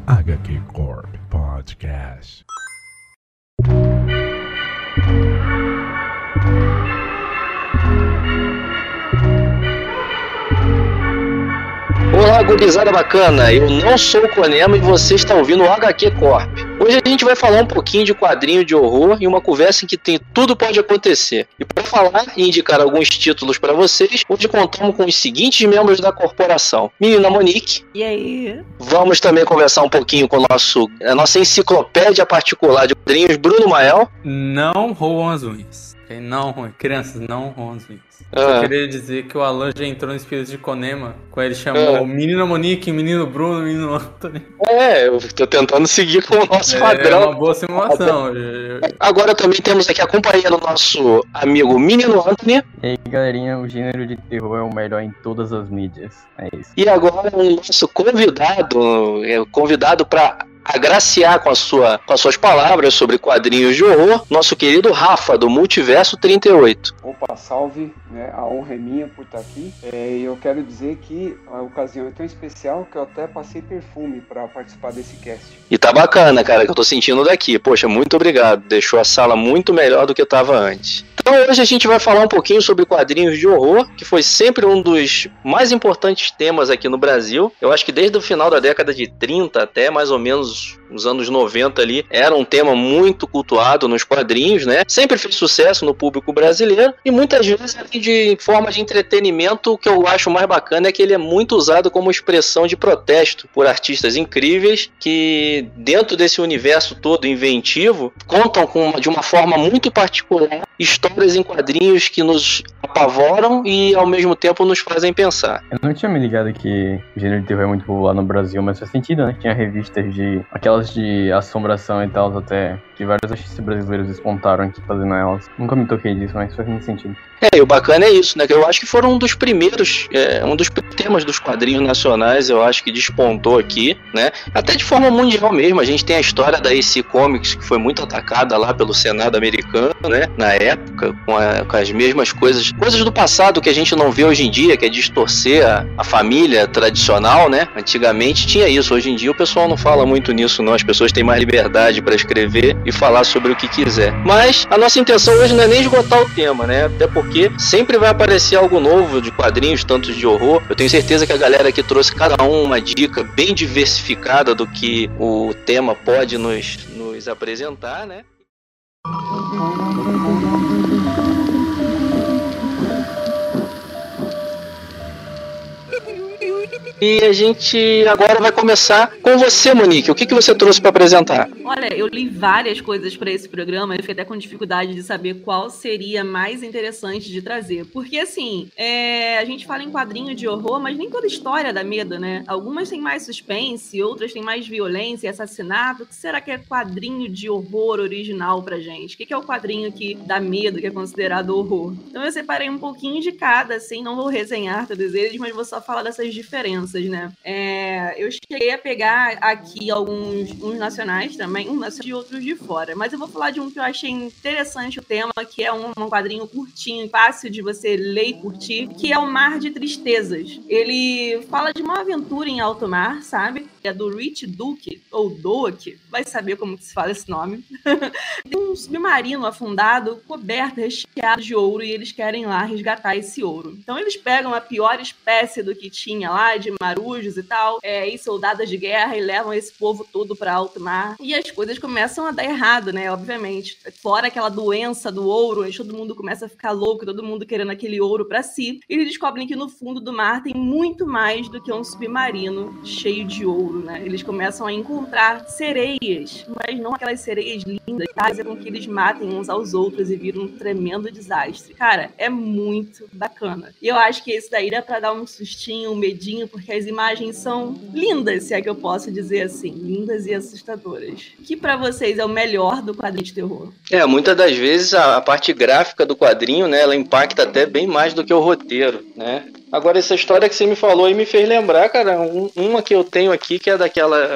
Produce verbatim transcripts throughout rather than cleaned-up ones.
H Q Corp Podcast. Olá, gurizada bacana, eu não sou o Conema e você está ouvindo o H Q Corp. Hoje a gente vai falar um pouquinho de quadrinho de horror e uma conversa em que tem tudo pode acontecer. E para falar e indicar alguns títulos para vocês, hoje contamos com os seguintes membros da corporação. Menina Monique. E aí? Vamos também conversar um pouquinho com o nosso, a nossa enciclopédia particular de quadrinhos, Bruno Mael. Não roam as unhas. Não, crianças, não roam as unhas. Ah. Só queria dizer que o Alan já entrou no espírito de Conema, quando ele chamou Ah. Menina Monique, Menino Bruno, Menino Anthony. É, eu tô tentando seguir com o nosso É, padrão. é uma boa simulação. Agora também temos aqui a companhia do nosso amigo Menino Anthony. E aí, galerinha, o gênero de terror é o melhor em todas as mídias. É isso. E agora o nosso convidado, é, convidado para agraciar com, a sua, com as suas palavras sobre quadrinhos de horror, nosso querido Rafa, do Multiverso trinta e oito. Opa, salve, né? A honra é minha por estar aqui. É, e eu quero dizer que a ocasião é tão especial que eu até passei perfume para participar desse cast. E tá bacana, cara, que eu tô sentindo daqui. Poxa, muito obrigado. Deixou a sala muito melhor do que estava antes. Então hoje a gente vai falar um pouquinho sobre quadrinhos de horror, que foi sempre um dos mais importantes temas aqui no Brasil. Eu acho que desde o final da década de trinta até mais ou menos os anos noventa ali, era um tema muito cultuado nos quadrinhos, né? Sempre fez sucesso no público brasileiro e muitas vezes de forma de entretenimento. O que eu acho mais bacana é que ele é muito usado como expressão de protesto por artistas incríveis que dentro desse universo todo inventivo contam com, de uma forma muito particular, histórias em quadrinhos que nos apavoram e ao mesmo tempo nos fazem pensar. Eu não tinha me ligado que o gênero de terror é muito popular no Brasil, mas faz sentido, né? Tinha revistas de aquelas de assombração e tal, até que vários artistas brasileiros despontaram aqui fazendo elas. Nunca me toquei disso, mas faz muito sentido. É, e o bacana é isso, né? Que eu acho que foram um dos primeiros, é, um dos temas dos quadrinhos nacionais, eu acho que despontou aqui, né? Até de forma mundial mesmo. A gente tem a história da A C Comics, que foi muito atacada lá pelo Senado americano, né? Na época, com, a, com as mesmas coisas, coisas do passado que a gente não vê hoje em dia, que é distorcer a, a família tradicional, né? Antigamente tinha isso. Hoje em dia o pessoal não fala muito nisso, não. As pessoas têm mais liberdade para escrever e falar sobre o que quiser. Mas a nossa intenção hoje não é nem esgotar o tema, né? Até porque sempre vai aparecer algo novo de quadrinhos, tanto de horror. Eu tenho certeza que a galera aqui trouxe cada um uma dica bem diversificada do que o tema pode nos, nos apresentar, né? E a gente agora vai começar com você, Monique. O que, que você trouxe para apresentar? Olha, eu li várias coisas para esse programa e fiquei até com dificuldade de saber qual seria mais interessante de trazer. Porque, assim, é, a gente fala em quadrinho de horror, mas nem toda história dá medo, né? Algumas têm mais suspense, outras têm mais violência e assassinato. O que será que é quadrinho de horror original pra gente? O que, que é o quadrinho que dá medo, que é considerado horror? Então eu separei um pouquinho de cada, assim, não vou resenhar todos eles, mas vou só falar dessas diferenças. Né? É, eu cheguei a pegar aqui alguns uns nacionais também, um nacional e outros de fora, mas eu vou falar de um que eu achei interessante o tema, que é um, um quadrinho curtinho, fácil de você ler e curtir, que é o Mar de Tristezas. Ele fala de uma aventura em alto mar, sabe? É do Rich Duke, ou Doak, vai saber como que se fala esse nome. Tem um submarino afundado, coberto, recheado de ouro, e eles querem lá resgatar esse ouro. Então eles pegam a pior espécie do que tinha lá, de marujos e tal, é, e soldados de guerra, e levam esse povo todo para alto mar. E as coisas começam a dar errado, né? Obviamente. Fora aquela doença do ouro, onde todo mundo começa a ficar louco, todo mundo querendo aquele ouro para si. E eles descobrem que no fundo do mar tem muito mais do que um submarino cheio de ouro, né? Eles começam a encontrar sereias, mas não aquelas sereias lindas, que fazem com que eles matem uns aos outros e viram um tremendo desastre. Cara, é muito bacana. E eu acho que esse daí dá pra dar um sustinho, um medinho, porque as imagens são lindas, se é que eu posso dizer assim, lindas e assustadoras. Que pra vocês é o melhor do quadrinho de terror? É, muitas das vezes a, a parte gráfica do quadrinho, né, ela impacta até bem mais do que o roteiro, né? Agora, essa história que você me falou aí me fez lembrar, cara, um, uma que eu tenho aqui, que é daquela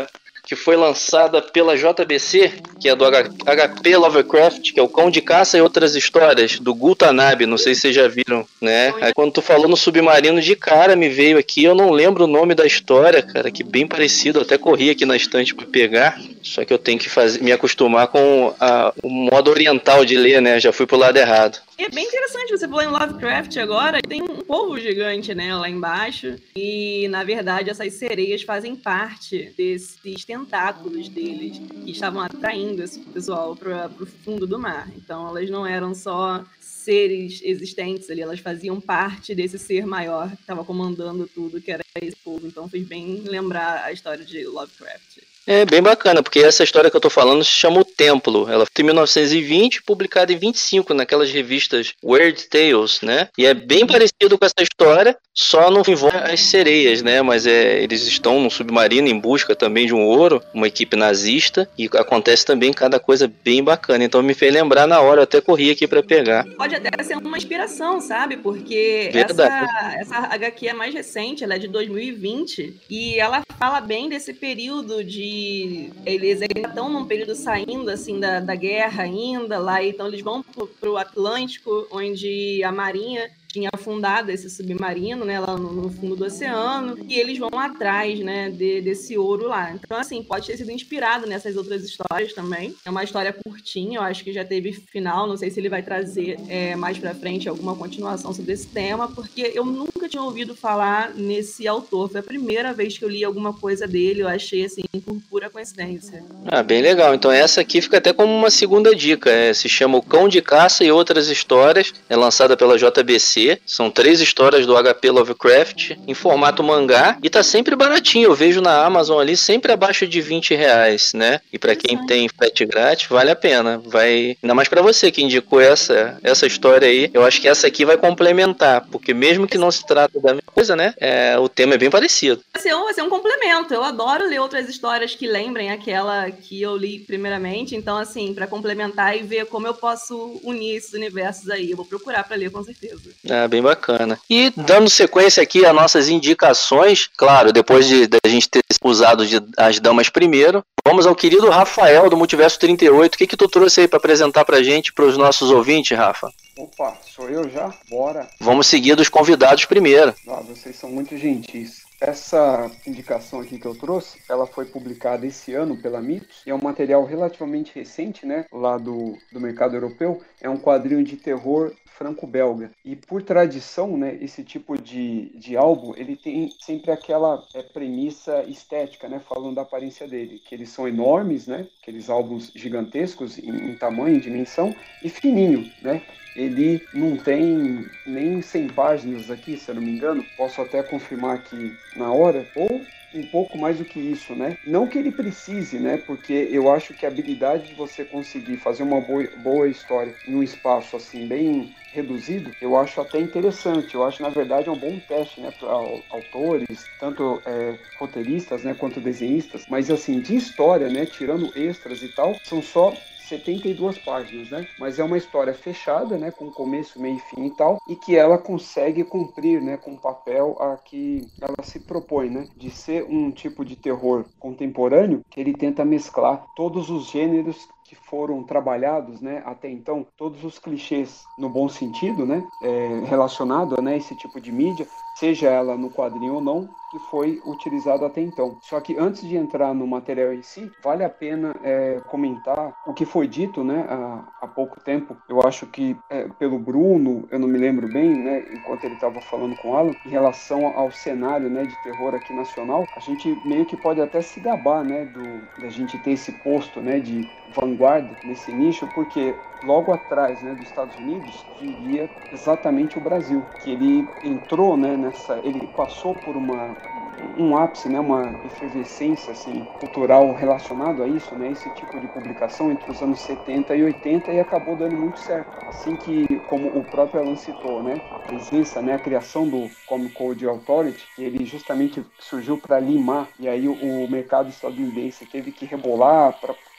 que foi lançada pela J B C, que é do H P Lovecraft, que é o Cão de Caça e Outras Histórias, do Gul Tanabe, não sei se vocês já viram, né? Aí quando tu falou no Submarino, de cara me veio aqui, eu não lembro o nome da história, cara, que bem parecido, eu até corri aqui na estante pra pegar, só que eu tenho que fazer, me acostumar com a, o modo oriental de ler, né? Já fui pro lado errado. E é bem interessante, você falou em Lovecraft agora, tem um polvo gigante, né, lá embaixo, e na verdade essas sereias fazem parte desses tentáculos deles, que estavam atraindo esse pessoal para o fundo do mar. Então elas não eram só seres existentes ali, elas faziam parte desse ser maior que estava comandando tudo, que era esse povo. Então fez bem lembrar a história de Lovecraft. É bem bacana, porque essa história que eu tô falando se chama O Templo. Ela foi em mil novecentos e vinte, publicada em vinte e cinco, naquelas revistas Weird Tales, né? E é bem parecido com essa história, só não envolve as sereias, né? Mas é, eles estão num submarino em busca também de um ouro, uma equipe nazista, e acontece também cada coisa bem bacana. Então me fez lembrar na hora, eu até corri aqui pra pegar. Pode até ser uma inspiração, sabe? Porque essa, essa H Q é mais recente, ela é de dois mil e vinte, e ela fala bem desse período de eles ainda estão num período saindo assim da, da guerra ainda lá, então eles vão para o Atlântico, onde a Marinha tinha afundado esse submarino, né, lá no, no fundo do oceano, e eles vão atrás, né, de, desse ouro lá. Então, assim, pode ter sido inspirado nessas outras histórias também. É uma história curtinha, eu acho que já teve final, não sei se ele vai trazer é, mais pra frente alguma continuação sobre esse tema, porque eu nunca tinha ouvido falar nesse autor. Foi a primeira vez que eu li alguma coisa dele, eu achei, assim, por pura coincidência. Ah, bem legal. Então essa aqui fica até como uma segunda dica. É, se chama O Cão de Caça e Outras Histórias. É lançada pela J B C. São três histórias do H P Lovecraft em formato mangá e tá sempre baratinho. Eu vejo na Amazon ali sempre abaixo de vinte reais, né? E pra quem tem frete grátis, vale a pena. Vai, ainda mais pra você que indicou essa, essa história aí. Eu acho que essa aqui vai complementar, porque mesmo que não se trate da mesma coisa, né? É, o tema é bem parecido. Vai ser, um, vai ser um complemento. Eu adoro ler outras histórias que lembrem aquela que eu li primeiramente. Então, assim, pra complementar e ver como eu posso unir esses universos aí. Eu vou procurar pra ler, com certeza. Ah, bem bacana. E dando sequência aqui às nossas indicações, claro, depois de, de a gente ter usado de, as damas primeiro, vamos ao querido Rafael do Multiverso trinta e oito. O que que tu trouxe aí para apresentar pra gente, pros nossos ouvintes, Rafa? Opa, sou eu já? Bora. Vamos seguir dos convidados primeiro. Ah, vocês são muito gentis. Essa indicação aqui que eu trouxe, ela foi publicada esse ano pela Mitos, e é um material relativamente recente, né, lá do, do mercado europeu. É um quadrinho de terror franco-belga. E por tradição, né, esse tipo de, de álbum, ele tem sempre aquela é, premissa estética, né, falando da aparência dele, que eles são enormes, né, aqueles álbuns gigantescos em, em tamanho, em dimensão, e fininho, né. Ele não tem nem cem páginas aqui, se eu não me engano. Posso até confirmar aqui na hora. Ou um pouco mais do que isso, né? Não que ele precise, né? Porque eu acho que a habilidade de você conseguir fazer uma boa, boa história em um espaço assim bem reduzido, eu acho até interessante. Eu acho, na verdade, é um bom teste, né? Para autores, tanto é, roteiristas, né? Quanto desenhistas. Mas, assim, de história, né? Tirando extras e tal, são só setenta e duas páginas, né? Mas é uma história fechada, né? Com começo, meio e fim e tal, e que ela consegue cumprir, né? Com o papel a que ela se propõe, né? De ser um tipo de terror contemporâneo que ele tenta mesclar todos os gêneros que foram trabalhados, né, até então, todos os clichês no bom sentido, né, é, relacionado, né, a esse tipo de mídia, seja ela no quadrinho ou não, que foi utilizado até então. Só que antes de entrar no material em si, vale a pena é, comentar o que foi dito, né, há, há pouco tempo. Eu acho que é, pelo Bruno, eu não me lembro bem, né, enquanto ele estava falando com o Alan, em relação ao cenário, né, de terror aqui nacional, a gente meio que pode até se gabar, né, do, da gente ter esse posto, né, de vanguarda nesse nicho, porque logo atrás, né, dos Estados Unidos viria exatamente o Brasil, que ele entrou, né, nessa, ele passou por uma um ápice, né, uma efervescência assim, cultural relacionado a isso, né, esse tipo de publicação entre os anos setenta e oitenta, e acabou dando muito certo. Assim que, como o próprio Alan citou, né, a presença, né, a criação do Comic Code Authority, que ele justamente surgiu para limar, e aí o, o mercado estadunidense teve que rebolar para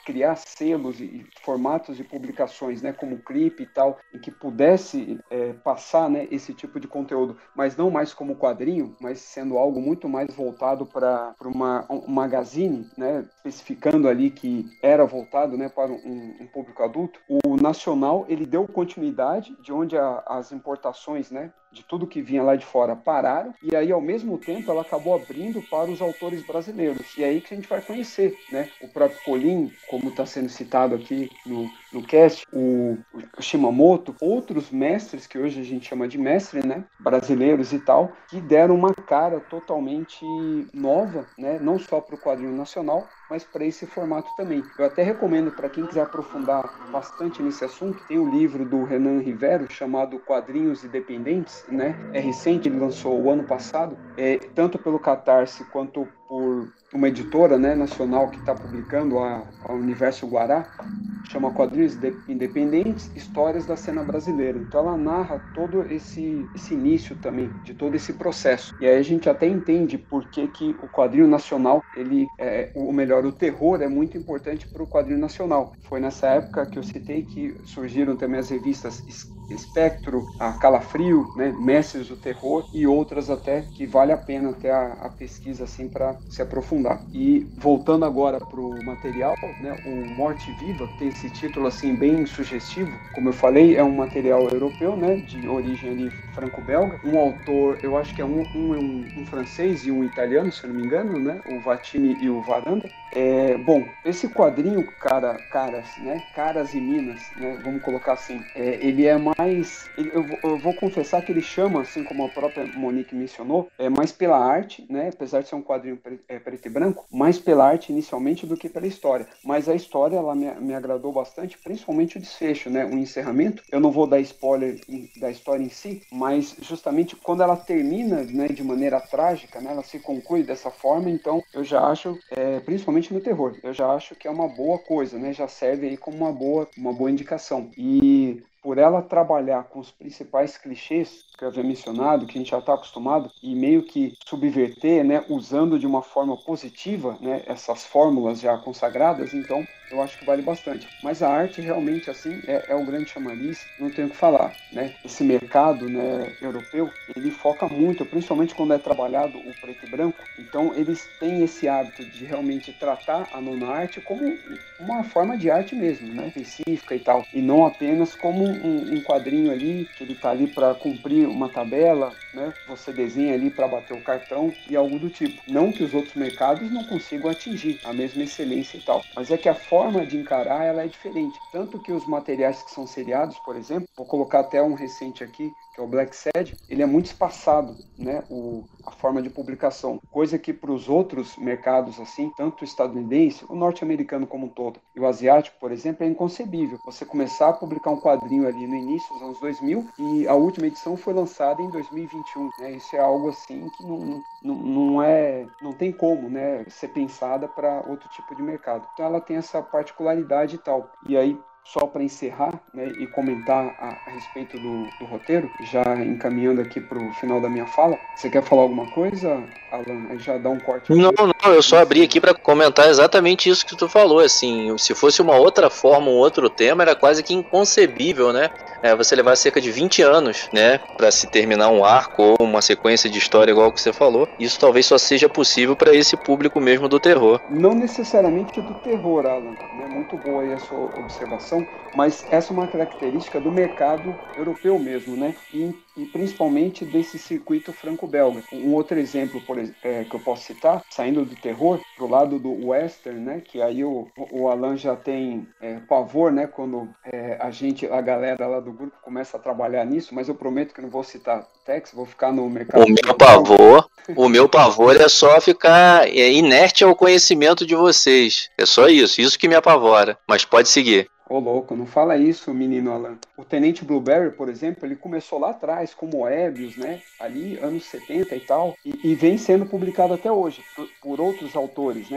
criar selos e formatos de publicações, né, como clipe e tal, em que pudesse é, passar, né, esse tipo de conteúdo, mas não mais como quadrinho, mas sendo algo muito mais voltado para uma um magazine, né, especificando ali que era voltado, né, para um, um público adulto. O Nacional, ele deu continuidade de onde a, as importações, né, de tudo que vinha lá de fora pararam, e aí ao mesmo tempo ela acabou abrindo para os autores brasileiros, e é aí que a gente vai conhecer, né, o próprio Colin, como está sendo citado aqui no, no cast, o, o Shimamoto, outros mestres que hoje a gente chama de mestre, né, brasileiros e tal, que deram uma cara totalmente nova, né, não só para o quadrinho nacional, mas para esse formato também. Eu até recomendo para quem quiser aprofundar bastante nesse assunto, tem o livro do Renan Rivero chamado Quadrinhos Independentes, né? É recente, ele lançou o ano passado, é, tanto pelo Catarse quanto por uma editora, né, nacional que está publicando, a, a Universo Guará, chama Quadrinhos Independentes, Histórias da Cena Brasileira. Então ela narra todo esse, esse início também, de todo esse processo. E aí a gente até entende por que, que o quadrinho nacional, ele é, ou melhor, o terror é muito importante para o quadrinho nacional. Foi nessa época que eu citei que surgiram também as revistas Espectro, a Calafrio, né, Mestres do Terror e outras até que vale a pena ter a, a pesquisa assim para se aprofundar. E voltando agora para o material, né, o Morte Viva tem esse título assim bem sugestivo. Como eu falei, é um material europeu, né, de origem ali franco-belga. Um autor, eu acho que é um, um, um, um francês e um italiano, se eu não me engano, né, o Vatini e o Varanda. É, bom, esse quadrinho, cara, caras, né, caras e minas, né, vamos colocar assim, é, ele é mais, ele, eu, eu vou confessar que ele chama, assim como a própria Monique mencionou, é mais pela arte, né, apesar de ser um quadrinho pre, é, preto e branco, mais pela arte inicialmente do que pela história, mas a história, ela me, me agradou bastante, principalmente o desfecho, né, o encerramento. Eu não vou dar spoiler da história em si, mas justamente quando ela termina, né, de maneira trágica, né, ela se conclui dessa forma, então eu já acho, é, principalmente no terror, eu já acho que é uma boa coisa, né? Já serve aí como uma boa, uma boa indicação. E por ela trabalhar com os principais clichês que eu havia mencionado, que a gente já está acostumado, e meio que subverter, né, usando de uma forma positiva, né, essas fórmulas já consagradas, então eu acho que vale bastante. Mas a arte realmente, assim, é, é o grande chamariz, não tenho o que falar, né? Esse mercado, né, europeu, ele foca muito, principalmente quando é trabalhado o preto e branco, então eles têm esse hábito de realmente tratar a nona arte como uma forma de arte mesmo, né, específica e tal, e não apenas como um, um quadrinho ali, que ele está ali para cumprir uma tabela, né? Você desenha ali para bater o cartão e algo do tipo. Não que os outros mercados não consigam atingir a mesma excelência e tal, mas é que a forma de encarar ela é diferente. Tanto que os materiais que são seriados, por exemplo, vou colocar até um recente aqui, que é o Black Sad, ele é muito espaçado, né, o, a forma de publicação, coisa que para os outros mercados, assim, tanto o estadunidense, o norte-americano como um todo, e o asiático, por exemplo, é inconcebível. Você começar a publicar um quadrinho ali no início dos anos dois mil e a última edição foi lançada em dois mil e vinte e um, né, isso é algo assim que não, não, não é, não tem como, né, ser pensada para outro tipo de mercado. Então ela tem essa particularidade e tal. E aí, só para encerrar, né, e comentar a, a respeito do, do roteiro, já encaminhando aqui para o final da minha fala, você quer falar alguma coisa, Alan? Aí já dá um corte. Não, não, eu só abri aqui para comentar exatamente isso que tu falou, assim, se fosse uma outra forma, um outro tema, era quase que inconcebível, né, é, você levar cerca de vinte anos, né, para se terminar um arco ou uma sequência de história igual que você falou. Isso talvez só seja possível para esse público mesmo do terror. Não necessariamente do terror, Alan, né, muito boa aí a sua observação, mas essa é uma característica do mercado europeu mesmo, né? E, e principalmente desse circuito franco-belga. Um outro exemplo por, é, que eu posso citar, saindo do terror, pro lado do western, né? Que aí o, o Alan já tem é, pavor, né? Quando é, a gente, a galera lá do grupo começa a trabalhar nisso, mas eu prometo que não vou citar Tex, vou ficar no mercado. O meu pavor, o meu pavor é só ficar inerte ao conhecimento de vocês. É só isso, isso que me apavora. Mas pode seguir. Ô, louco, não fala isso, menino Alan. O Tenente Blueberry, por exemplo, ele começou lá atrás, como Moebius, né? Ali, anos setenta e tal, e, e vem sendo publicado até hoje, por, por outros autores, né?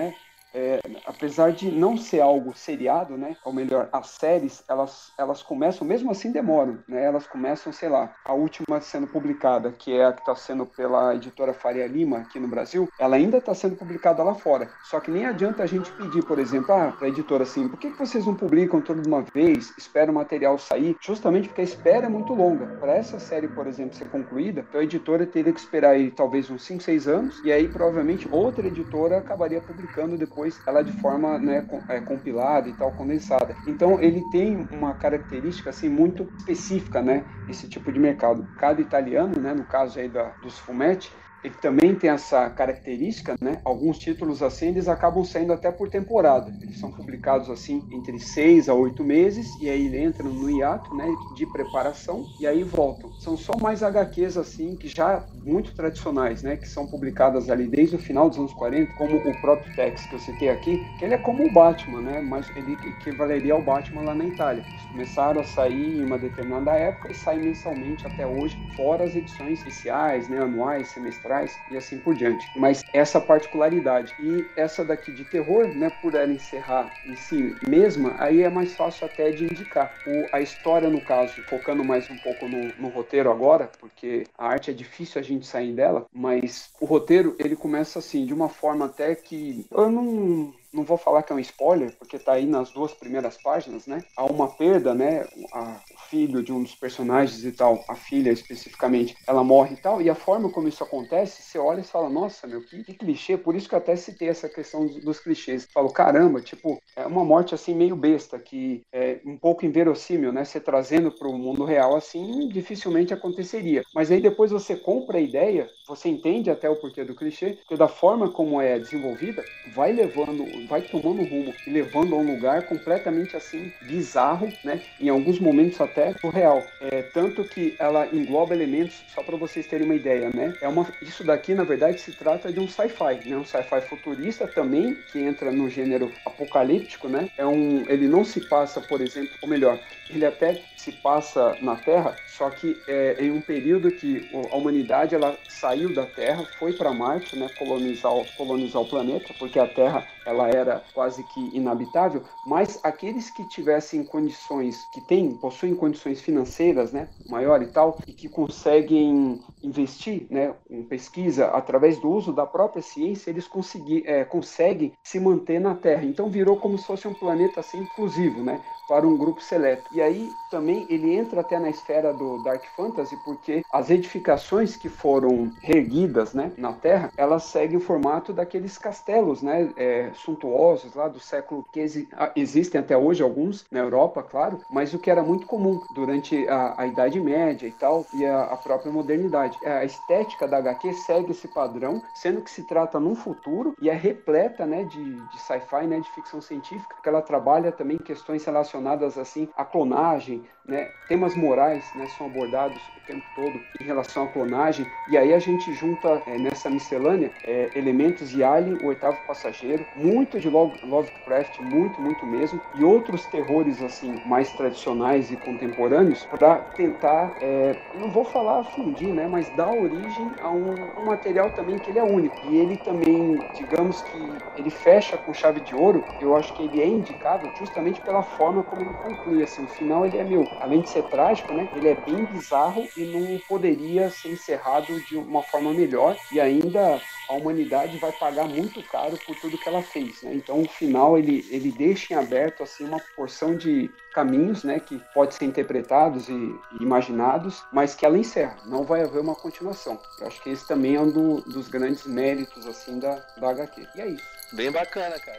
é, apesar de não ser algo seriado, né, ou melhor, as séries, elas, elas começam, mesmo assim demoram, né, elas começam, sei lá, a última sendo publicada, que é a que está sendo pela editora Faria Lima aqui no Brasil, ela ainda está sendo publicada lá fora, só que nem adianta a gente pedir, por exemplo, ah, para a editora assim, por que, que vocês não publicam tudo de uma vez, espera o material sair, justamente porque a espera é muito longa. Para essa série, por exemplo, ser concluída, então a editora teria que esperar aí talvez uns cinco, seis anos, e aí provavelmente outra editora acabaria publicando depois ela de forma, né, compilada e tal, condensada. Então ele tem uma característica assim muito específica, né, esse tipo de mercado. Cada italiano, né, no caso aí da, dos fumetti, ele também tem essa característica, né? Alguns títulos assim, eles acabam saindo até por temporada. Eles são publicados assim entre seis a oito meses e aí entram no hiato, né, de preparação e aí voltam. São só mais H Qs assim que já muito tradicionais, né, que são publicadas ali desde o final dos anos quarenta, como o próprio Tex que eu citei aqui, que ele é como o Batman, né? Mas ele equivaleria ao Batman lá na Itália. Eles começaram a sair em uma determinada época e saem mensalmente até hoje, fora as edições especiais, né, anuais, semestrais e assim por diante. Mas essa particularidade. E essa daqui de terror, né, por ela encerrar em si mesma, aí é mais fácil até de indicar. O, a história, no caso, focando mais um pouco no, no roteiro agora, porque a arte é difícil a gente sair dela, mas o roteiro, ele começa assim, de uma forma até que eu não... Não vou falar que é um spoiler, porque tá aí nas duas primeiras páginas, né? Há uma perda, né? A, o filho de um dos personagens e tal, a filha especificamente, ela morre e tal, e a forma como isso acontece, você olha e fala, nossa, meu, que, que clichê, por isso que eu até citei essa questão dos, dos clichês. Falo, caramba, tipo, é uma morte assim meio besta, que é um pouco inverossímil, né? Você trazendo para o mundo real assim, dificilmente aconteceria. Mas aí depois você compra a ideia, você entende até o porquê do clichê, porque da forma como é desenvolvida, vai levando, vai tomando rumo e levando a um lugar completamente assim bizarro, né? Em alguns momentos até surreal. É, tanto que ela engloba elementos, só para vocês terem uma ideia, né? É uma, isso daqui, na verdade, se trata de um sci-fi, né? Um sci-fi futurista também, que entra no gênero apocalíptico, né? É um, ele não se passa, por exemplo, ou melhor, ele até se passa na Terra, só que é em um período que a humanidade ela saiu da Terra, foi para Marte, né? Colonizar, colonizar o planeta, porque a Terra ela era quase que inabitável, mas aqueles que tivessem condições, que têm, possuem condições financeiras, né, maior e tal, e que conseguem investir, né, em pesquisa através do uso da própria ciência, eles conseguir, é, conseguem se manter na Terra. Então virou como se fosse um planeta assim inclusivo, né, para um grupo seleto. E aí também ele entra até na esfera do Dark Fantasy, porque as edificações que foram reerguidas, né, na Terra, elas seguem o formato daqueles castelos, né, é, suntuosos lá do século que exi existem até hoje alguns na Europa, claro, mas o que era muito comum durante a, a Idade Média e tal, e a, a própria modernidade. A estética da H Q segue esse padrão, sendo que se trata num futuro e é repleta, né, de, de sci-fi, né, de ficção científica, porque ela trabalha também questões relacionadas assim à clonagem, né, temas morais, né, são abordados o tempo todo em relação à clonagem, e aí a gente junta é, nessa miscelânea é, elementos de Alien, o Oitavo Passageiro, muito de Lovecraft, muito, muito mesmo, e outros terrores assim mais tradicionais e contemporâneos para tentar, é, não vou falar fundir, né, mas dar origem a um, um material também que ele é único, e ele também, digamos que ele fecha com chave de ouro. Eu acho que ele é indicável justamente pela forma como ele conclui, assim, o final ele é, meu, além de ser trágico, né, ele é bem bizarro e não poderia ser encerrado de uma forma melhor, e ainda a humanidade vai pagar muito caro por tudo que ela fez, né? Então o final ele, ele deixa em aberto assim uma porção de caminhos, né, que pode ser interpretados e, e imaginados, mas que ela encerra, não vai haver uma continuação. Eu acho que esse também é um do, dos grandes méritos assim da, da H Q. E é isso. Bem bacana, cara.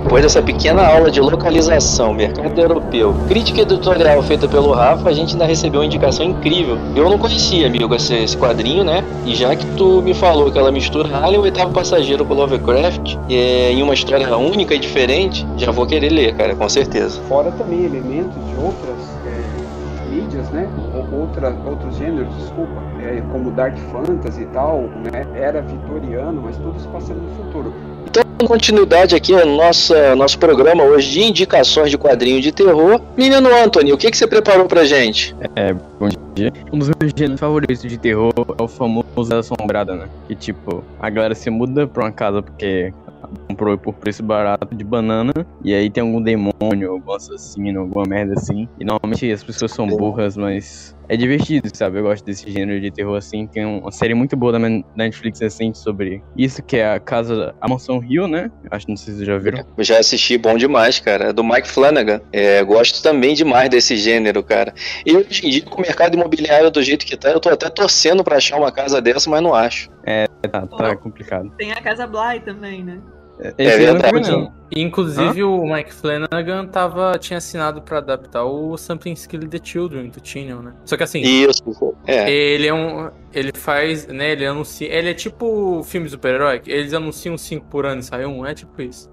depois dessa pequena aula de localização, mercado europeu, crítica editorial feita pelo Rafa, a gente ainda recebeu uma indicação incrível. Eu não conhecia, amigo, esse, esse quadrinho, né? E já que tu me falou que ela mistura Alien e o Oitavo Passageiro com Lovecraft, é, em uma história única e diferente, já vou querer ler, cara, com certeza. Fora também elementos de outras é, mídias, né? Ou outra, outros gêneros, desculpa, é, como Dark Fantasy e tal, né? Era vitoriano, mas tudo se passando no futuro. Então, continuidade aqui no nosso, nosso programa hoje de indicações de quadrinho de terror. Menino Anthony, o que, que você preparou pra gente? É, bom dia. Um dos meus gêneros favoritos de terror é o famoso Assombrada, né? Que tipo, a galera se muda pra uma casa porque comprou por preço barato de banana, e aí tem algum demônio, algum assassino, alguma merda assim. E normalmente as pessoas são burras, mas é divertido, sabe? Eu gosto desse gênero de terror assim. Tem uma série muito boa da Netflix recente sobre isso, que é a casa, a Mansão Hill, né? Acho que não sei se vocês já viram. Eu já assisti, bom demais, cara. É do Mike Flanagan. É, gosto também demais desse gênero, cara. E hoje em dia, com o mercado imobiliário do jeito que tá, eu tô até torcendo pra achar uma casa dessa, mas não acho. É, tá, tá complicado. Tem a Casa Bly também, né? É verdade. Inclusive, Hã? o Mike Flanagan tava, tinha assinado pra adaptar o Something Kill the Children do Tynion, né? Só que assim, Isso, é. ele é um. Ele faz, né? Ele anuncia. Ele é tipo filme de super-herói. Eles anunciam cinco por ano e sai um, é tipo isso.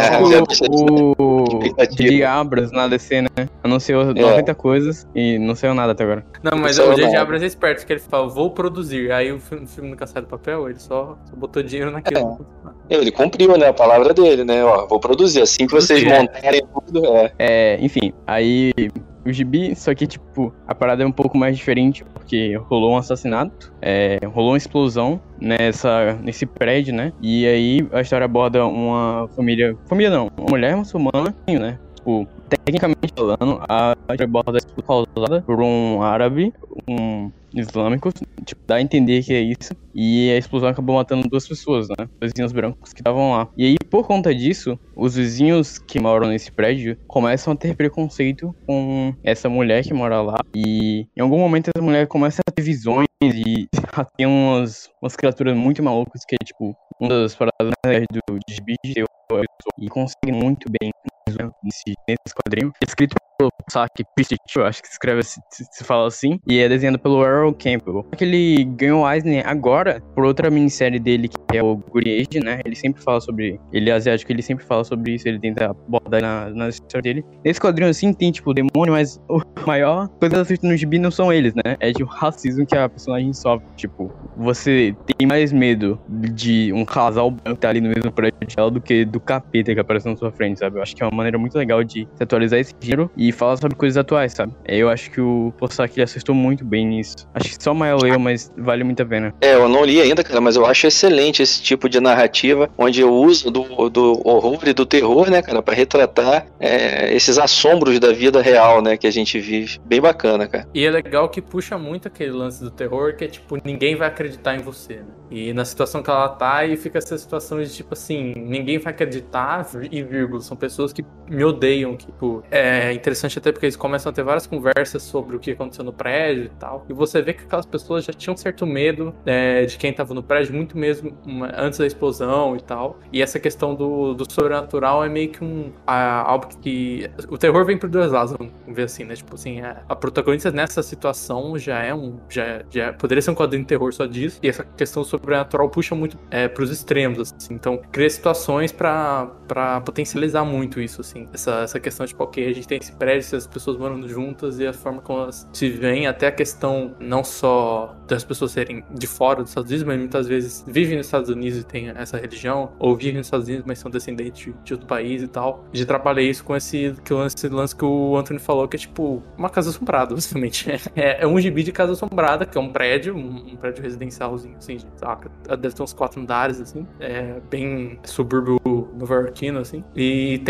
o J J Abrams na D C, né? Anunciou noventa é. coisas e não saiu nada até agora. Não, mas não o J J Abrams é esperto, que ele fala, vou produzir. Aí o filme, o filme nunca sai do papel, ele só, só botou dinheiro naquilo. É. Ele cumpriu, né? A palavra dele, né? Ó, vou produzir. Assim que vocês é. montarem tudo. É. é, enfim, aí o gibi, só que tipo, a parada é um pouco mais diferente, porque rolou um assassinato, é, rolou uma explosão nessa, nesse prédio, né? E aí a história aborda uma família, família não, uma mulher muçulmana, né? Tipo, tecnicamente falando, a história aborda a explosão causada por um árabe, um islâmico, tipo, dá a entender que é isso, e a explosão acabou matando duas pessoas, né, vizinhos brancos que estavam lá. E aí, por conta disso, os vizinhos que moram nesse prédio começam a ter preconceito com essa mulher que mora lá, e em algum momento essa mulher começa a ter visões e tem umas, umas criaturas muito malucas que é, tipo, uma das paradas do gibi de terror, e consegue muito bem nesse, nesse quadrinho, escrito pelo Saki Pichich, eu acho que se escreve, se, se fala assim, e é desenhado pelo Errol Campbell. Que ele ganhou o Eisner agora por outra minissérie dele, que é o Guri Age, né? Ele sempre fala sobre, ele é asiático, ele sempre fala sobre isso, ele tenta abordar na, na história dele. Nesse quadrinho assim tem tipo demônio, mas o maior coisa assistida no gibi não são eles, né? É de o racismo que a personagem sofre. Tipo, você tem mais medo de um casal branco que tá ali no mesmo prédio dela do que do capeta que aparece na sua frente, sabe? Eu acho que é uma maneira muito legal de se atualizar esse gênero e falar sobre coisas atuais, sabe? Eu acho que o Posaki acertou muito bem nisso. Acho que só o Mael leu, mas vale muito a pena. É, eu não li ainda, cara, mas eu acho excelente esse tipo de narrativa, onde eu uso do, do horror e do terror, né, cara, pra retratar é, esses assombros da vida real, né, que a gente vive. Bem bacana, cara. E é legal que puxa muito aquele lance do terror, que é tipo, ninguém vai acreditar em você, né? E na situação que ela tá, e fica essa situação de tipo assim, ninguém vai acreditar, e vírgula, são pessoas que me odeiam, que tipo, é interessante até porque eles começam a ter várias conversas sobre o que aconteceu no prédio e tal, e você vê que aquelas pessoas já tinham certo medo é, de quem tava no prédio, muito mesmo uma, antes da explosão e tal, e essa questão do, do sobrenatural é meio que um, a, algo que, o terror vem por duas lados, vamos ver assim, né, tipo assim, a, a protagonista nessa situação já é um, já, já poderia ser um quadrinho de terror só disso, e essa questão sobrenatural puxa muito é, pros extremos, assim, então cria situações pra, pra potencializar muito isso, assim, essa, essa questão de, tipo, ok, a gente tem esse prédio, as pessoas morando juntas e a forma como elas se veem, até a questão não só das pessoas serem de fora dos Estados Unidos, mas muitas vezes vivem nos Estados Unidos e têm essa religião, ou vivem nos Estados Unidos, mas são descendentes de outro país e tal. De trabalhar isso com esse, com esse lance que o Anthony falou, que é tipo uma casa assombrada, basicamente. É, é um gibi de casa assombrada, que é um prédio, um, um prédio residencialzinho, assim, saca? Deve ter uns quatro andares, assim, é bem subúrbio nova-iorquino, assim, e tem todos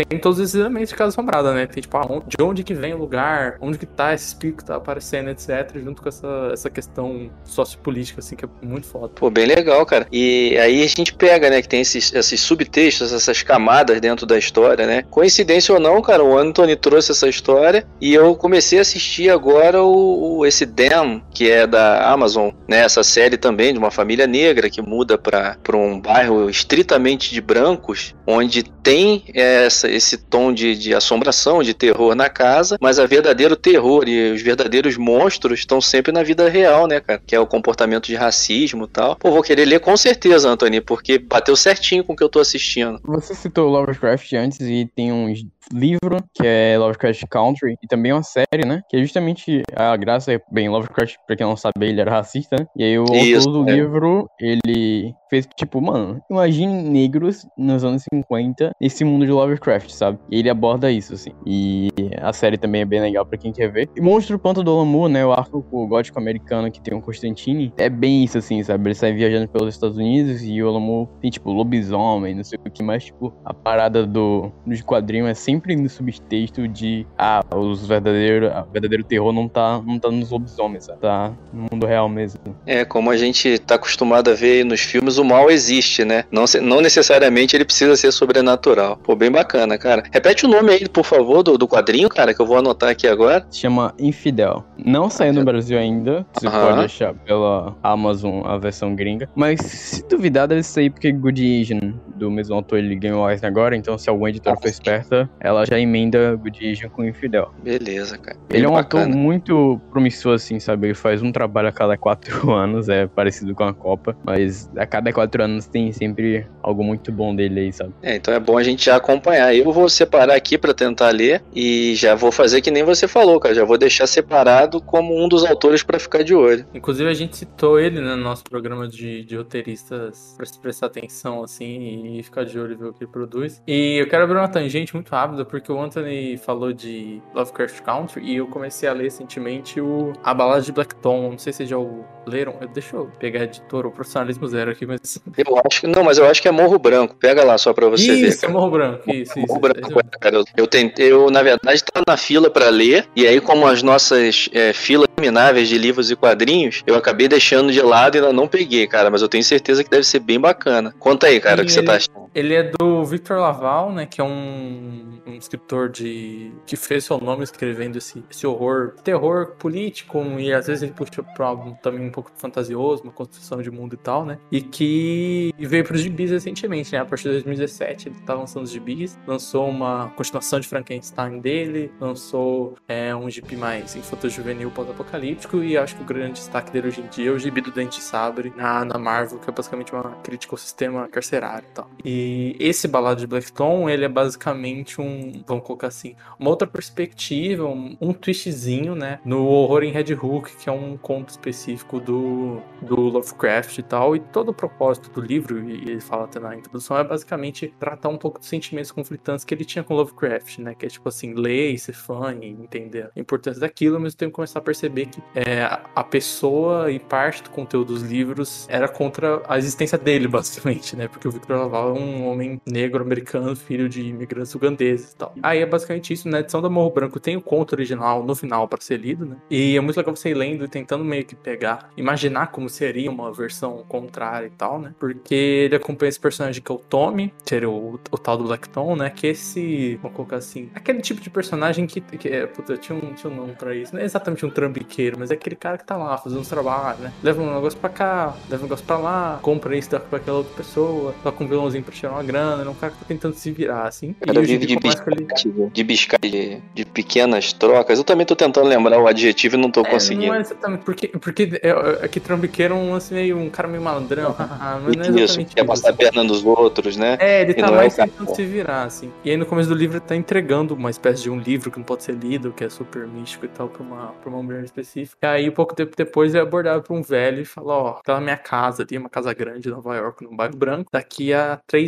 precisamente de Casa Assombrada, né? Tem tipo, ah, de onde que vem o lugar, onde que tá esse espírito que tá aparecendo, etcétera. Junto com essa, essa questão sociopolítica, assim, que é muito foda. Pô, bem legal, cara. E aí a gente pega, né, que tem esses, esses subtextos, essas camadas dentro da história, né? Coincidência ou não, cara, o Anthony trouxe essa história e eu comecei a assistir agora o, o esse Them, que é da Amazon, né? Essa série também de uma família negra que muda pra, pra um bairro estritamente de brancos, onde tem essa, esse tom de, de assombração, de terror na casa, mas a verdadeiro terror e os verdadeiros monstros estão sempre na vida real, né, cara? Que é o comportamento de racismo e tal. Pô, vou querer ler com certeza, Anthony, porque bateu certinho com o que eu tô assistindo. Você citou Lovecraft antes e tem um livro que é Lovecraft Country e também uma série, né? Que é justamente a graça, é bem, Lovecraft, pra quem não sabe, ele era racista, né? E aí o Isso, autor do é. livro, ele fez tipo, mano, imagine negros nos anos cinquenta nesse mundo de Lovecraft, sabe? E ele aborda isso, assim. E a série também é bem legal pra quem quer ver. E Monstro Panto do Alan Moore, né? O arco gótico americano que tem o Constantine, é bem isso, assim, sabe? Ele sai viajando pelos Estados Unidos e o Alan Moore tem, tipo, lobisomem, não sei o que mais, tipo, a parada do, do quadrinho é sempre no subtexto de, ah, os verdadeiros, o verdadeiro terror não tá, não tá nos lobisomens, sabe? Tá no mundo real mesmo. É, como a gente tá acostumado a ver nos filmes, o mal existe, né? Não, não necessariamente ele precisa ser sobrenatural. Pô, bem bacana, cara. Repete o nome aí, por favor, do, do quadrinho, cara, que eu vou anotar aqui agora. Se chama Infidel. Não saiu no Brasil ainda, você Aham. pode achar pela Amazon a versão gringa, mas se duvidar deve sair porque Good Asian, do mesmo autor, ele ganhou o Eisner agora, então se alguma editora for esperta, ela já emenda Good Asian com Infidel. Beleza, cara. Bem Ele é um bacana. ator muito promissor, assim, sabe? Ele faz um trabalho a cada quatro anos, é parecido com a Copa, mas a cada quatro anos tem sempre algo muito bom dele aí, sabe? É, então é bom a gente já acompanhar. Eu vou separar aqui pra tentar ler e já vou fazer que nem você falou, cara. Já vou deixar separado como um dos autores pra ficar de olho. Inclusive a gente citou ele, né, no nosso programa de, de roteiristas pra se prestar atenção, assim, e ficar de olho e ver o que ele produz. E eu quero abrir uma tangente muito rápida, porque o Anthony falou de Lovecraft Country e eu comecei a ler recentemente o A Balada de Black Tom. Não sei se vocês já o leram. Eu, deixa eu pegar a editora, o profissionalismo zero aqui, mas... Eu acho que... Não, mas eu acho que é Morro Branco. Pega lá só pra você ver, Isso, é cara. Morro Branco, isso, isso. Morro isso, Branco, é, cara. Eu, eu tentei... Eu, na verdade, tava na fila pra ler, e aí, como as nossas é, filas termináveis de livros e quadrinhos, eu acabei deixando de lado e ainda não peguei, cara. Mas eu tenho certeza que deve ser bem bacana. Conta aí, cara, o que você ele, tá achando. Ele é do Victor Laval, né, que é um, um escritor de que fez seu nome escrevendo esse, esse horror, terror político, e às vezes ele puxa pra algo também um pouco fantasioso, uma construção de mundo e tal, né, e que veio pros gibis recentemente, né, a partir de dois mil e dezessete ele tá lançando os gibis, lançou uma continuação de Frankenstein dele, lançou é, um gibi mais infanto-juvenil pós-apocalíptico, e acho que o grande destaque dele hoje em dia é o gibi do Dente Sabre na, na Marvel, que é basicamente uma crítica ao sistema carcerário e tal. E esse Balada de Black Tom, ele é basicamente um, vamos colocar assim, uma outra perspectiva, um, um twistzinho, né, no Horror em Red Hook, que é um conto específico do, do Lovecraft e tal, e todo o propósito do livro, e ele fala até na introdução, é basicamente tratar um pouco dos sentimentos conflitantes que ele tinha com Lovecraft, né, que é tipo assim, ler e ser fã e entender a importância daquilo, ao mesmo tempo começar a perceber que é, a pessoa e parte do conteúdo dos livros era contra a existência dele, basicamente, né, porque o Victor Laval é um homem negro americano, filho de imigrantes ugandeses e tal. Aí é basicamente isso, na edição da Morro Branco tem o conto original no final para ser lido, né? E é muito legal você ir lendo e tentando meio que pegar, imaginar como seria uma versão contrária e tal, né? Porque ele acompanha esse personagem que é o Tommy, que seria o, o tal do Black Tom, né? Que é esse, vamos colocar assim, aquele tipo de personagem que, que é, puta, tinha um, tinha um nome pra isso, não é exatamente um trambiqueiro, mas é aquele cara que tá lá fazendo uns trabalhos, né? Leva um negócio pra cá, leva um negócio pra lá, compra isso, dá pra aquela outra pessoa, tá com um vilãozinho pra tirar uma grana, é um cara que tá tentando se virar, assim. O cara e o vive gibi de começa com ele... biscate, de biscate, de, de pequenas trocas. Eu também tô tentando lembrar o adjetivo e não tô É, conseguindo. não é exatamente, porque, porque é, é que trambiqueiro é um, assim, meio, um cara meio malandrão, mas não é Isso, exatamente quer passar a perna nos outros, né? É, ele E tá não é mais o cara. tentando se virar, assim. E aí no começo do livro ele tá entregando uma espécie de um livro que não pode ser lido, que é super místico e tal, pra uma, pra uma mulher específica. E aí, pouco tempo depois, é abordado por um velho e fala, ó, tá na minha casa ali, uma casa grande em Nova York, num bairro branco. Daqui a três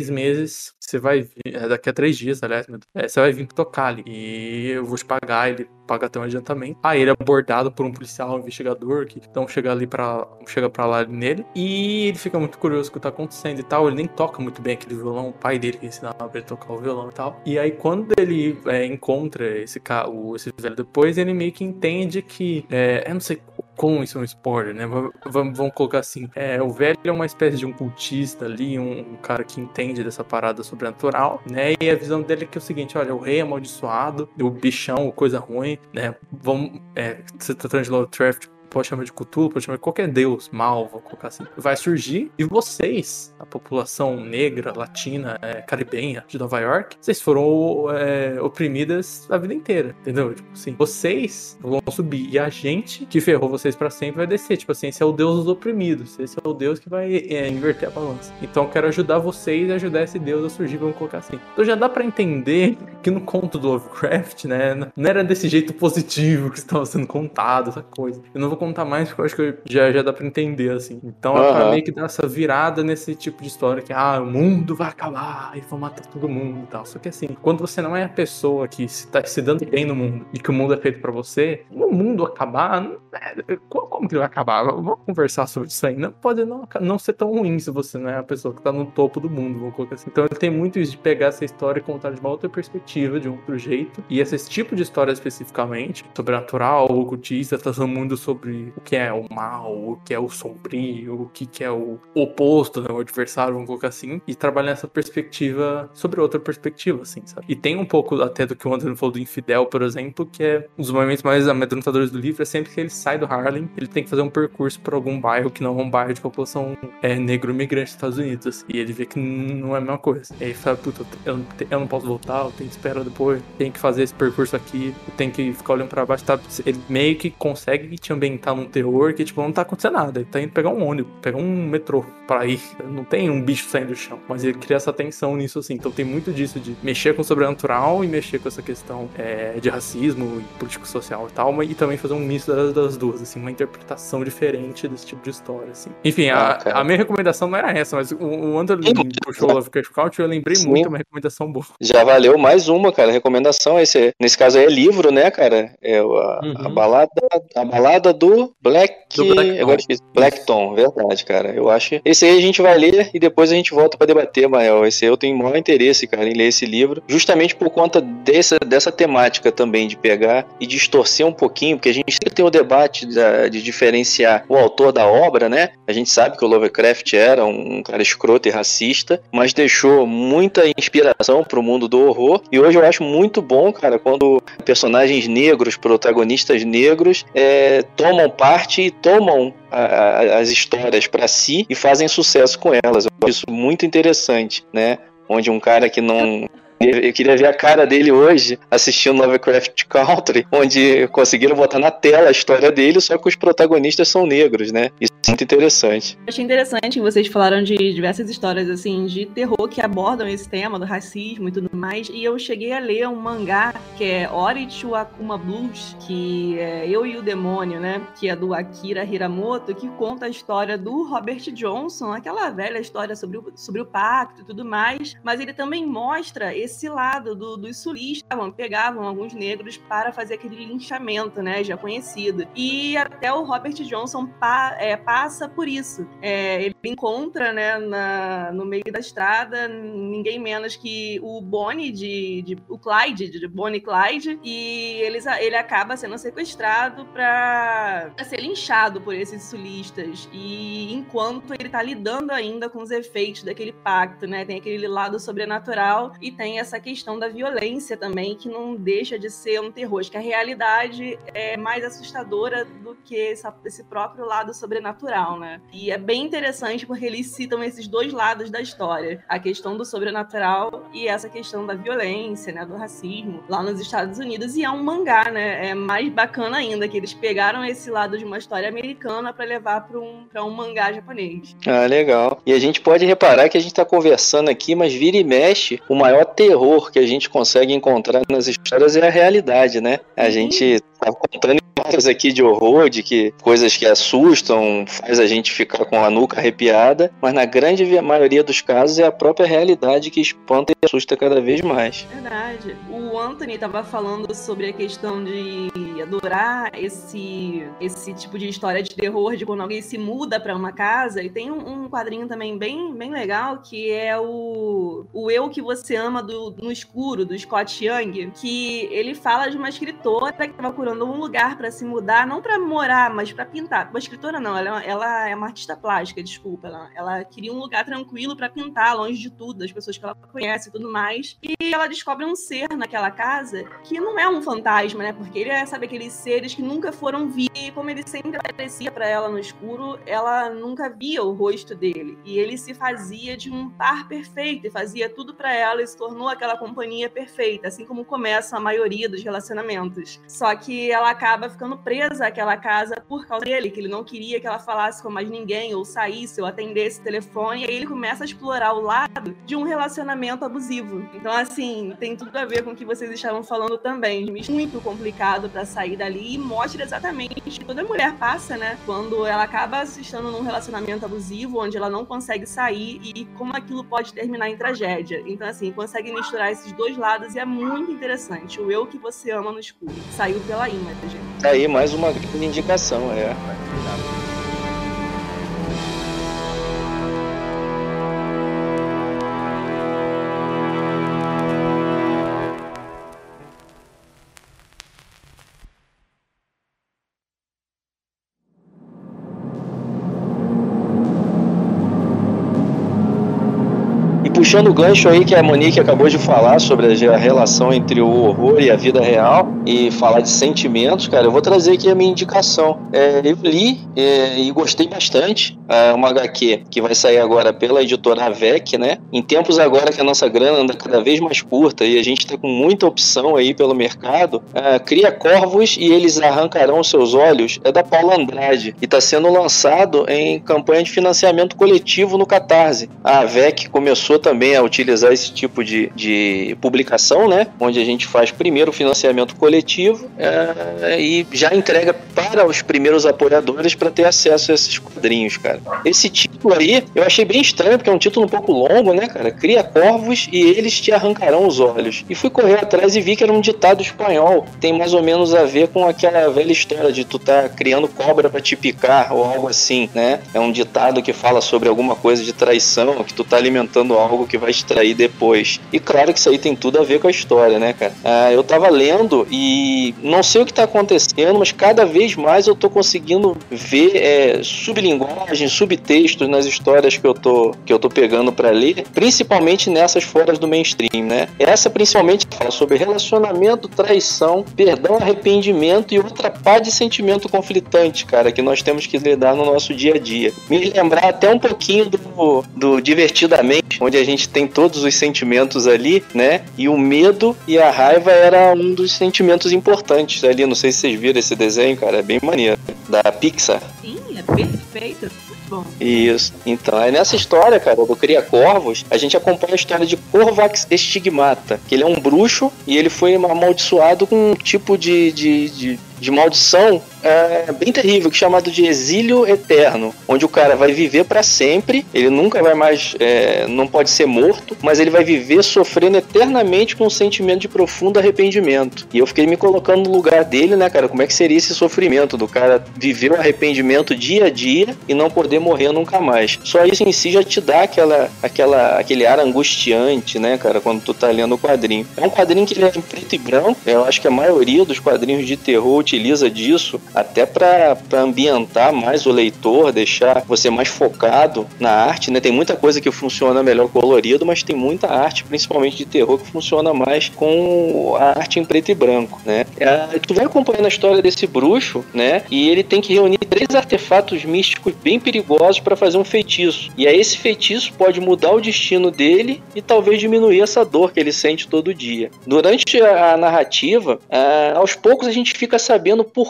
três meses, você vai vir, daqui a três dias, aliás, é, você vai vir tocar ali. E eu vou te pagar, ele paga até um adiantamento. Aí ele é abordado por um policial, um investigador, que então chega ali pra, chega pra lá nele, e ele fica muito curioso com o que tá acontecendo e tal. Ele nem toca muito bem aquele violão, o pai dele que ensinava pra ele tocar o violão e tal. E aí quando ele é, encontra esse, cara, esse velho depois, ele meio que entende que, é, eu não sei como isso é um spoiler, né? Vamos, vamos colocar assim, é, o velho é uma espécie de um cultista ali, um, um cara que entende dessa parada sobrenatural, né? E a visão dele é que é o seguinte, olha, o rei é amaldiçoado, o bichão, coisa ruim, né? Vamos, é, você tá tratando de Lovecraft, pode chamar de Cthulhu, pode chamar de qualquer deus mal, vou colocar assim, vai surgir, e vocês, a população negra, latina, é, caribenha de Nova York, vocês foram é, oprimidas a vida inteira, entendeu? Tipo assim, vocês vão subir, e a gente que ferrou vocês pra sempre vai descer, tipo assim, esse é o deus dos oprimidos, esse é o deus que vai é, inverter a balança. Então eu quero ajudar vocês a ajudar esse deus a surgir, vamos colocar assim. Então já dá pra entender que no conto do Lovecraft, né, não era desse jeito positivo que estava sendo contado, essa coisa. Eu não vou contar mais, porque eu acho que já, já dá pra entender, assim. Então é pra meio que dar essa virada nesse tipo de história, que, ah, o mundo vai acabar, e vão matar todo mundo e tal. Só que assim, quando você não é a pessoa que se tá se dando bem no mundo, e que o mundo é feito pra você, o mundo acabar, é, como que ele vai acabar? Vamos conversar sobre isso aí. Não pode não, não ser tão ruim se você não é a pessoa que tá no topo do mundo, vamos colocar assim. Então ele tem muito isso de pegar essa história e contar de uma outra perspectiva, de um outro jeito. E esse tipo de história especificamente, sobrenatural, ocultista, tratando muito sobre o que é o mal, o que é o sombrio, o que, que é o oposto, né, o adversário, vamos colocar assim, e trabalhar essa perspectiva sobre outra perspectiva, assim, sabe? E tem um pouco até do que o André falou do Infidel, por exemplo, que é um dos momentos mais amedrontadores do livro, é sempre que ele sai do Harlem, ele tem que fazer um percurso para algum bairro que não é um bairro de população é, negro-imigrante dos Estados Unidos, e ele vê que não é a mesma coisa. E aí ele fala, puta, eu não, eu não posso voltar, eu tenho que esperar depois, tenho que fazer esse percurso aqui, eu tenho que ficar olhando pra baixo, tá? Ele meio que consegue te ambientar num terror que, tipo, não tá acontecendo nada. Ele tá indo pegar um ônibus, pegar um metrô pra ir. Não tem um bicho saindo do chão. Mas ele cria essa tensão nisso, assim. Então tem muito disso de mexer com o sobrenatural e mexer com essa questão é, de racismo e político-social e tal, mas, e também fazer um misto das, das duas, assim, uma interpretação diferente desse tipo de história, assim. Enfim, ah, a, a minha recomendação não era essa, mas o, o Anderlin puxou o Lovecraft Country, eu lembrei Sim. muito, uma recomendação boa. Já valeu mais uma, cara, recomendação. Esse, nesse caso aí é livro, né, cara? É a, uhum. a balada a balada do Black... Do Blackton. Agora esqueci. Blackton, verdade, cara. Eu acho. Esse aí a gente vai ler e depois a gente volta pra debater, Mael. Esse aí eu tenho maior interesse, cara, em ler esse livro, justamente por conta dessa, dessa temática também, de pegar e distorcer um pouquinho, porque a gente sempre tem o debate da, de diferenciar o autor da obra, né? A gente sabe que o Lovecraft era um cara escroto e racista, mas deixou muita inspiração pro mundo do horror, e hoje eu acho muito bom, cara, quando personagens negros, protagonistas negros, é, tomam parte e tomam a, a, as histórias para si e fazem sucesso com elas. Eu acho isso muito interessante, né? Onde um cara que não... Eu queria ver a cara dele hoje assistindo Lovecraft Country, onde conseguiram botar na tela a história dele, só que os protagonistas são negros, né? Isso é muito interessante. Eu achei interessante que vocês falaram de diversas histórias assim de terror que abordam esse tema do racismo e tudo mais, e eu cheguei a ler um mangá que é Ori to Akuma Blues, que é Eu e o Demônio, né? Que é do Akira Hiramoto, que conta a história do Robert Johnson, aquela velha história sobre o, sobre o pacto e tudo mais, mas ele também mostra esse esse lado do, dos sulistas, pegavam alguns negros para fazer aquele linchamento, né, já conhecido. E até o Robert Johnson pa, é, passa por isso. É, ele encontra, né, na, no meio da estrada, ninguém menos que o Bonnie, de, de, o Clyde, de Bonnie e Clyde, e eles, ele acaba sendo sequestrado para ser linchado por esses sulistas. E enquanto ele está lidando ainda com os efeitos daquele pacto, né, tem aquele lado sobrenatural e tem essa questão da violência também, que não deixa de ser um terror. Acho que a realidade é mais assustadora do que essa, esse próprio lado sobrenatural, né? E é bem interessante porque eles citam esses dois lados da história. A questão do sobrenatural e essa questão da violência, né? Do racismo, lá nos Estados Unidos. E é um mangá, né? É mais bacana ainda, que eles pegaram esse lado de uma história americana para levar para um, para um mangá japonês. Ah, legal. E a gente pode reparar que a gente tá conversando aqui, mas vira e mexe, o maior terror que a gente consegue encontrar nas histórias é a realidade, né? A gente tá contando histórias aqui de horror, de que coisas que assustam, faz a gente ficar com a nuca arrepiada, mas na grande maioria dos casos é a própria realidade que espanta e assusta cada vez mais. Verdade. O Anthony estava falando sobre a questão de adorar esse, esse tipo de história de terror, de quando alguém se muda para uma casa, e tem um, um quadrinho também bem, bem legal, que é o, o Eu Que Você Ama do, no Escuro, do Scott Young, que ele fala de uma escritora que estava procurando um lugar para se mudar, não para morar, mas para pintar. Uma escritora não, ela, ela é uma artista plástica, desculpa. Ela, ela queria um lugar tranquilo para pintar, longe de tudo, das pessoas que ela conhece e tudo mais. E ela descobre um ser naquela casa que não é um fantasma, né? Porque ele é, sabe, aqueles seres que nunca foram vistos. E como ele sempre aparecia para ela no escuro, ela nunca via o rosto dele. E ele se fazia de um par perfeito e fazia tudo para ela e se tornou aquela companhia perfeita, assim como começa a maioria dos relacionamentos. Só que ela acaba ficando presa àquela casa por causa dele, que ele não queria que ela falasse com mais ninguém, ou saísse, ou atendesse o telefone, e aí ele começa a explorar o lado de um relacionamento abusivo. Então, assim, tem tudo a ver com o que vocês estavam falando também. Muito complicado para sair dali e mostra exatamente o que toda mulher passa, né? Quando ela acaba estando num relacionamento abusivo, onde ela não consegue sair e como aquilo pode terminar em tragédia. Então, assim, consegue misturar esses dois lados e é muito interessante. O Eu Que Você Ama no Escuro. Saiu pela Image. Aí, mais uma grande indicação, é. Puxando o gancho aí que a Monique acabou de falar sobre a relação entre o horror e a vida real e falar de sentimentos, cara, eu vou trazer aqui a minha indicação. É, eu li é, e gostei bastante, é, uma agá quê que vai sair agora pela editora Avec, né? Em tempos agora que a nossa grana anda cada vez mais curta e a gente tá com muita opção aí pelo mercado, é, Cria Corvos e Eles Arrancarão Seus Olhos é da Paula Andrade e tá sendo lançado em campanha de financiamento coletivo no Catarse. A Avec começou também a utilizar esse tipo de, de publicação, né? Onde a gente faz primeiro o financiamento coletivo é, e já entrega para os primeiros apoiadores para ter acesso a esses quadrinhos, cara. Esse título aí eu achei bem estranho, porque é um título um pouco longo, né, cara? Cria corvos e eles te arrancarão os olhos. E fui correr atrás e vi que era um ditado espanhol. Tem mais ou menos a ver com aquela velha história de tu tá criando cobra para te picar ou algo assim, né? É um ditado que fala sobre alguma coisa de traição, que tu tá alimentando algo que vai extrair depois. E claro que isso aí tem tudo a ver com a história, né, cara? Ah, eu tava lendo e não sei o que tá acontecendo, mas cada vez mais eu tô conseguindo ver é, sublinguagem, subtextos nas histórias que eu tô, que eu tô pegando pra ler, principalmente nessas fora do mainstream, né? Essa principalmente fala sobre relacionamento, traição, perdão, arrependimento e outra pá de sentimento conflitante, cara, que nós temos que lidar no nosso dia a dia. Me lembrar até um pouquinho do, do Divertidamente, onde a gente tem todos os sentimentos ali, né? E o medo e a raiva era um dos sentimentos importantes ali. Não sei se vocês viram esse desenho, cara, é bem maneiro. Da Pixar. Sim, é perfeito. Bom. Isso. Então, aí nessa história, cara, do Cria Corvos, a gente acompanha a história de Corvax Estigmata, que ele é um bruxo e ele foi amaldiçoado com um tipo de, de, de, de maldição é, bem terrível, que é chamado de exílio eterno, onde o cara vai viver pra sempre, ele nunca vai mais, é, não pode ser morto, mas ele vai viver sofrendo eternamente com um sentimento de profundo arrependimento. E eu fiquei me colocando no lugar dele, né, cara, como é que seria esse sofrimento do cara viver o arrependimento dia a dia e não poder morrer nunca mais. Só isso em si já te dá aquela, aquela, aquele ar angustiante, né, cara, quando tu tá lendo o quadrinho. É um quadrinho que ele é em preto e branco, eu acho que a maioria dos quadrinhos de terror utiliza disso, até para ambientar mais o leitor, deixar você mais focado na arte, né? Tem muita coisa que funciona melhor colorido, mas tem muita arte, principalmente de terror, que funciona mais com a arte em preto e branco, né? É, tu vai acompanhando a história desse bruxo, né? E ele tem que reunir três artefatos místicos bem perigosos para fazer um feitiço. E aí esse feitiço pode mudar o destino dele e talvez diminuir essa dor que ele sente todo dia. Durante a narrativa, é, aos poucos a gente fica sabendo por que que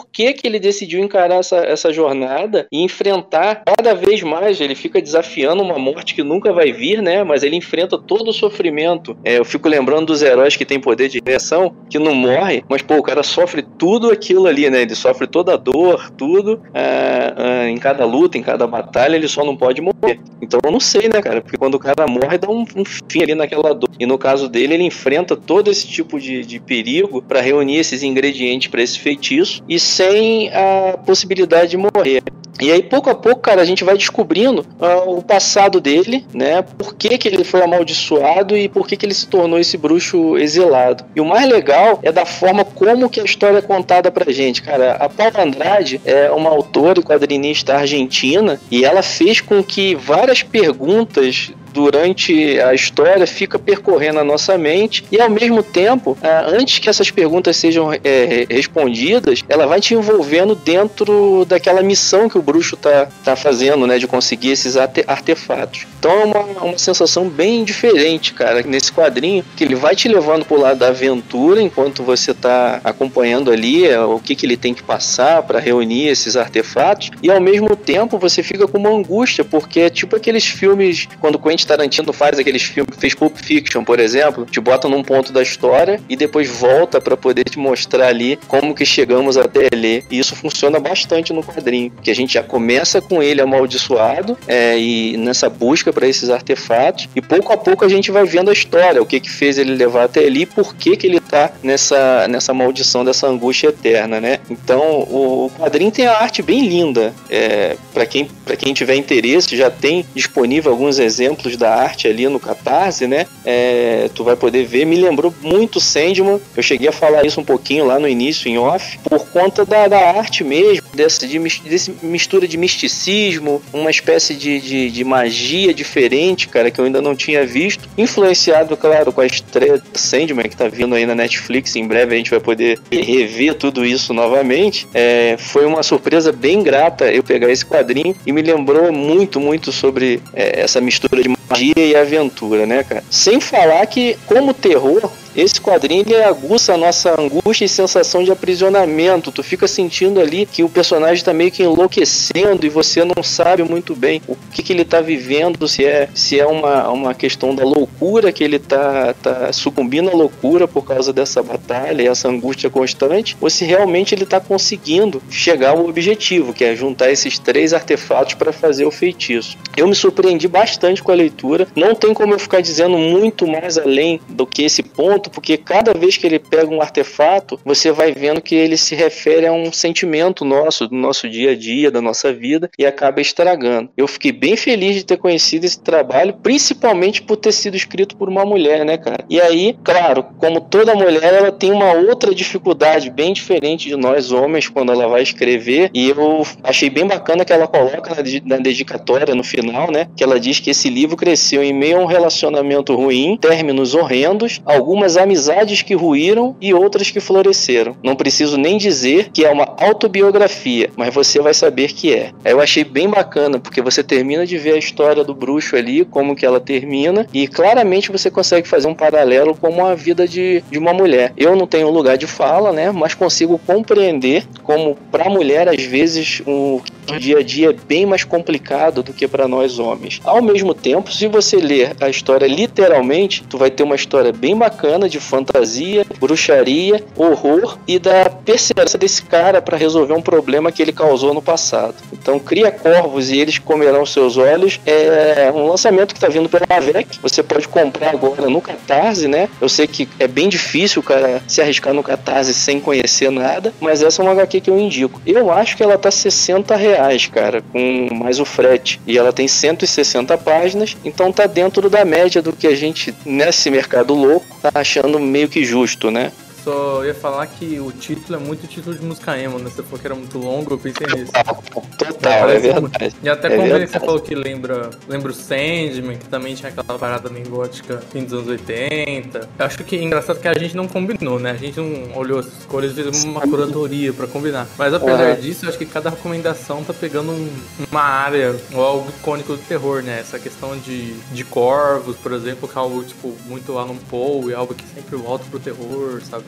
ele decidiu encarar essa, essa jornada e enfrentar cada vez mais. Ele fica desafiando uma morte que nunca vai vir, né? Mas ele enfrenta todo o sofrimento. É, eu fico lembrando dos heróis que têm poder de reação, que não morre, mas pô, o cara sofre tudo aquilo ali, né? Ele sofre toda a dor, tudo ah, ah, em cada luta, em cada batalha, ele só não pode morrer. Então eu não sei, né, cara? Porque quando o cara morre, dá um, um fim ali naquela dor. E no caso dele, ele enfrenta todo esse tipo de, de perigo para reunir esses ingredientes para esse feitiço e sem a possibilidade de morrer. E aí, pouco a pouco, cara, a gente vai descobrindo uh, o passado dele, né? Por que que ele foi amaldiçoado e por que que ele se tornou esse bruxo exilado. E o mais legal é da forma como que a história é contada pra gente, cara. A Paula Andrade é uma autora e quadrinista argentina e ela fez com que várias perguntas durante a história fica percorrendo a nossa mente e ao mesmo tempo, antes que essas perguntas sejam é, respondidas, ela vai te envolvendo dentro daquela missão que o bruxo tá, tá fazendo, né, de conseguir esses artefatos. Então é uma, uma sensação bem diferente, cara, nesse quadrinho, que ele vai te levando pro lado da aventura enquanto você tá acompanhando ali é, o que que ele tem que passar para reunir esses artefatos e ao mesmo tempo você fica com uma angústia, porque é tipo aqueles filmes, quando o Quentin Tarantino faz aqueles filmes, fez Pulp Fiction, por exemplo, te bota num ponto da história e depois volta para poder te mostrar ali como que chegamos até ali. E isso funciona bastante no quadrinho, que a gente já começa com ele amaldiçoado é, e nessa busca para esses artefatos e pouco a pouco a gente vai vendo a história, o que que fez ele levar até ali, por que que ele tá nessa, nessa maldição, dessa angústia eterna, né? Então o, o quadrinho tem a arte bem linda, é, para quem, para quem tiver interesse, já tem disponível alguns exemplos da arte ali no Catarse, né? É, tu vai poder ver. Me lembrou muito Sandman. Eu cheguei a falar isso um pouquinho lá no início, em off, por conta da, da arte mesmo, dessa de, desse mistura de misticismo, uma espécie de, de, de magia diferente, cara, que eu ainda não tinha visto. Influenciado, claro, com a estreia do Sandman, que tá vindo aí na Netflix. Em breve a gente vai poder rever tudo isso novamente. É, foi uma surpresa bem grata eu pegar esse quadrinho e me lembrou muito, muito sobre é, essa mistura de magia e aventura, né, cara? Sem falar que, como terror, esse quadrinho ele aguça a nossa angústia e sensação de aprisionamento. Tu fica sentindo ali que o personagem tá meio que enlouquecendo e você não sabe muito bem o que que ele tá vivendo, se é, se é uma, uma questão da loucura, que ele tá, tá sucumbindo à loucura por causa dessa batalha e essa angústia constante, ou se realmente ele tá conseguindo chegar ao objetivo, que é juntar esses três artefatos para fazer o feitiço. Eu me surpreendi bastante com a leitura. Não tem como eu ficar dizendo muito mais além do que esse ponto, porque cada vez que ele pega um artefato, você vai vendo que ele se refere a um sentimento nosso, do nosso dia a dia, da nossa vida, e acaba estragando. Eu fiquei bem feliz de ter conhecido esse trabalho, principalmente por ter sido escrito por uma mulher, né, cara? E aí, claro, como toda mulher, ela tem uma outra dificuldade bem diferente de nós homens quando ela vai escrever, e eu achei bem bacana que ela coloca na dedicatória no final, né, que ela diz que esse livro cresceu em meio a um relacionamento ruim, términos horrendos, algumas amizades que ruíram e outras que floresceram. Não preciso nem dizer que é uma autobiografia, mas você vai saber que é. Eu achei bem bacana, porque você termina de ver a história do bruxo ali, como que ela termina, e claramente você consegue fazer um paralelo com a vida de, de uma mulher. Eu não tenho lugar de fala, né, mas consigo compreender como para a mulher, às vezes, o dia a dia é bem mais complicado do que para nós homens. Ao mesmo tempo, se você ler a história literalmente, tu vai ter uma história bem bacana de fantasia, bruxaria, horror e da perseverança desse cara para resolver um problema que ele causou no passado. Então, Cria Corvos e Eles Comerão Seus Olhos é um lançamento que está vindo pela Avec. Você pode comprar agora no Catarse, né? Eu sei que é bem difícil o cara se arriscar no Catarse sem conhecer nada, mas essa é uma agá quê que eu indico. Eu acho que ela tá sessenta reais, cara, com mais o frete. E ela tem cento e sessenta páginas, então tá dentro da média do que a gente, nesse mercado louco, tá achando meio que justo, né? Só ia falar que o título é muito título de música emo, né? Você falou que era muito longo, eu pensei nisso. Total, é verdade. Muito. E até é como verdade. você falou que lembra, lembra o Sandman, que também tinha aquela parada meio gótica fim dos anos oitenta. Eu acho que é engraçado que a gente não combinou, né? A gente não olhou essas cores e fez uma curadoria pra combinar. Mas apesar uhum. disso, eu acho que cada recomendação tá pegando um, uma área ou algo icônico do terror, né? Essa questão de, de corvos, por exemplo, que é algo tipo muito Alan Poe, e algo que sempre volta pro terror, sabe?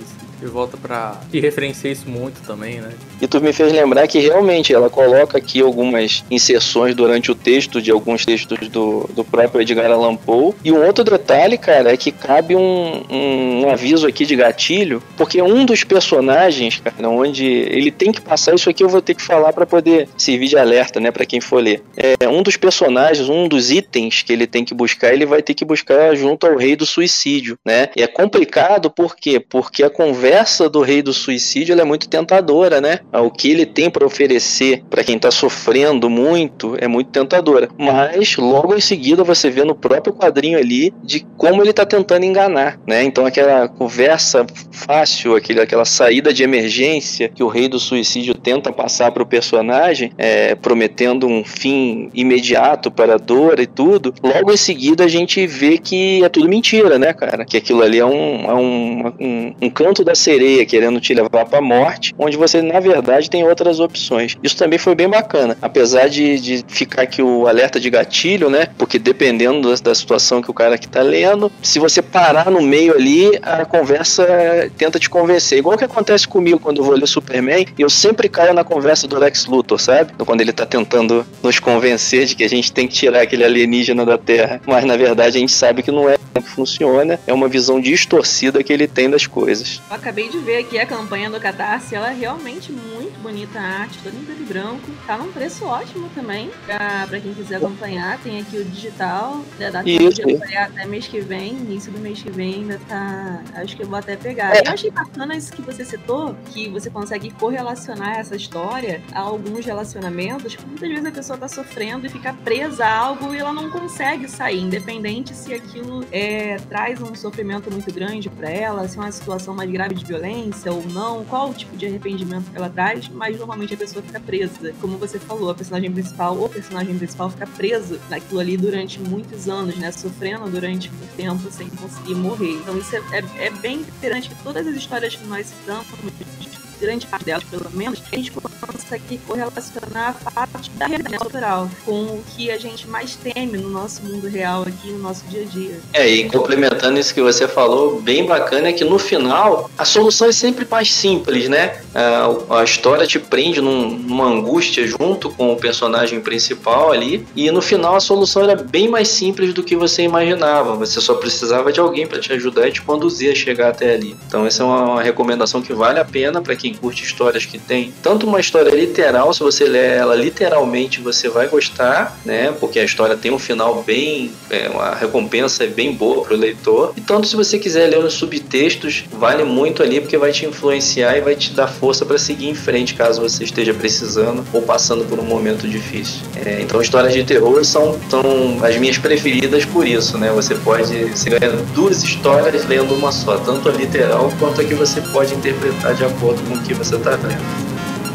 E volta pra... E referencia isso muito também, né? E tu me fez lembrar que realmente ela coloca aqui algumas inserções durante o texto de alguns textos do, do próprio Edgar Allan Poe. E um outro detalhe, cara, é que cabe um, um, um aviso aqui de gatilho, porque um dos personagens, cara, onde ele tem que passar, isso aqui eu vou ter que falar para poder servir de alerta, né, para quem for ler. É, um dos personagens, um dos itens que ele tem que buscar, ele vai ter que buscar junto ao Rei do Suicídio, né? E é complicado por quê? Porque a conversa do Rei do Suicídio ela é muito tentadora, né? O que ele tem para oferecer para quem tá sofrendo muito é muito tentadora. Mas logo em seguida você vê no próprio quadrinho ali de como ele tá tentando enganar, né? Então aquela conversa fácil, aquele, aquela saída de emergência que o Rei do Suicídio tenta passar pro personagem, é, prometendo um fim imediato para a dor e tudo, logo em seguida a gente vê que é tudo mentira, né, cara? Que aquilo ali é um, é um, um, um canto da sereia querendo te levar pra morte, onde você na verdade tem outras opções. Isso também foi bem bacana, apesar de, de ficar aqui o alerta de gatilho, né, porque dependendo da, da situação que o cara que tá lendo, se você parar no meio ali, a conversa tenta te convencer, igual que acontece comigo quando eu vou ler Superman, e eu sempre caio na conversa do Lex Luthor, sabe? Quando ele tá tentando nos convencer de que a gente tem que tirar aquele alienígena da Terra, mas na verdade a gente sabe que não é que funciona, é uma visão distorcida que ele tem das coisas. Eu acabei de ver aqui a campanha do Catarse, ela é realmente muito bonita, a arte, toda em preto e branco, tá num preço ótimo também, pra, pra quem quiser acompanhar, tem aqui o digital, dá tempo de acompanhar até mês que vem, início do mês que vem ainda tá, acho que eu vou até pegar. É. Eu achei bacana isso que você citou, que você consegue correlacionar essa história a alguns relacionamentos, que muitas vezes a pessoa tá sofrendo e fica presa a algo e ela não consegue sair, independente se aquilo é, traz um sofrimento muito grande pra ela, se é uma situação mais grave de violência ou não, qual o tipo de arrependimento que ela traz, mas normalmente a pessoa fica presa. Como você falou, a personagem principal ou personagem principal fica preso naquilo ali durante muitos anos, né, sofrendo durante muito tempo sem conseguir morrer. Então isso é, é, é bem interessante que todas as histórias que nós citamos, grande parte delas, pelo menos, a gente consegue correlacionar a parte da realidade natural com o que a gente mais teme no nosso mundo real aqui, no nosso dia a dia. É, e complementando isso que você falou, bem bacana é que no final a solução é sempre mais simples, né? A, a história te prende num, numa angústia junto com o personagem principal ali, e no final a solução era bem mais simples do que você imaginava. Você só precisava de alguém para te ajudar e te conduzir a chegar até ali. Então essa é uma, uma recomendação que vale a pena para quem curte histórias que tem tanto uma história literal, se você ler ela literalmente você vai gostar, né? Porque a história tem um final bem, é, uma recompensa bem boa para o leitor, e tanto se você quiser ler os subtextos, vale muito ali porque vai te influenciar e vai te dar força para seguir em frente caso você esteja precisando ou passando por um momento difícil. É, então histórias de terror são, são as minhas preferidas por isso, né? Você pode você ganha duas histórias lendo uma só, tanto a literal quanto a que você pode interpretar de acordo com o que você está lendo.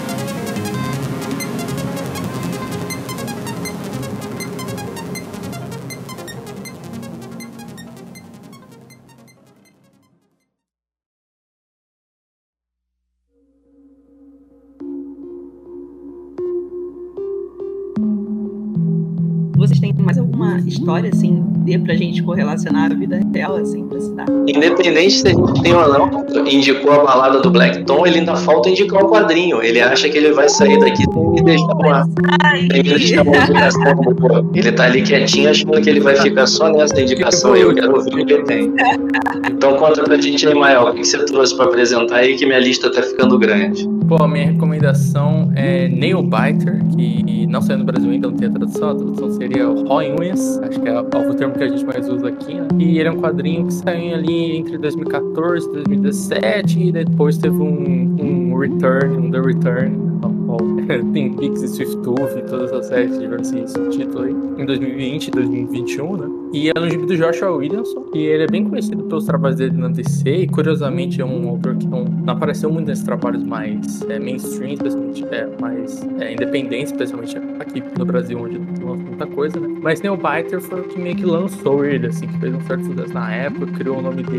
Vocês têm mais alguma história, assim, dê pra gente correlacionar a vida real, assim, pra citar? Independente se a gente tem ou não, indicou a balada do Black Tom, ele ainda falta indicar o quadrinho. Ele acha que ele vai sair daqui sem me deixar uma, sem me deixar uma indicação. Ele tá ali quietinho, achando que ele vai ficar só nessa indicação e eu quero ouvir o que ele tem. Então conta pra gente aí, Mael, o que você trouxe pra apresentar aí, que minha lista tá ficando grande. Pô, a minha recomendação é Nail Biter, que não saiu no Brasil ainda, não tem a tradução, a tradução seria Ró em Unhas, acho que é o termo que a gente mais usa aqui, né? E ele é um quadrinho que saiu ali entre dois mil e catorze e dois mil e dezessete, e depois teve um, um Return, um The Return, tem Pix e Swift Tooth e todas as séries que tiveram esse subtítulo aí, em dois mil e vinte e dois mil e vinte e um, né? E é no gibi do Joshua Williamson, e ele é bem conhecido pelos trabalhos dele na D C, e curiosamente é um autor que não, não apareceu muito nesses trabalhos mais é, mainstream, especialmente é, mais é, independentes, especialmente aqui no Brasil, onde não lança muita coisa, né? Mas Nail Biter foi o que meio que lançou ele, assim, que fez um certo sucesso na época, criou o nome dele ali.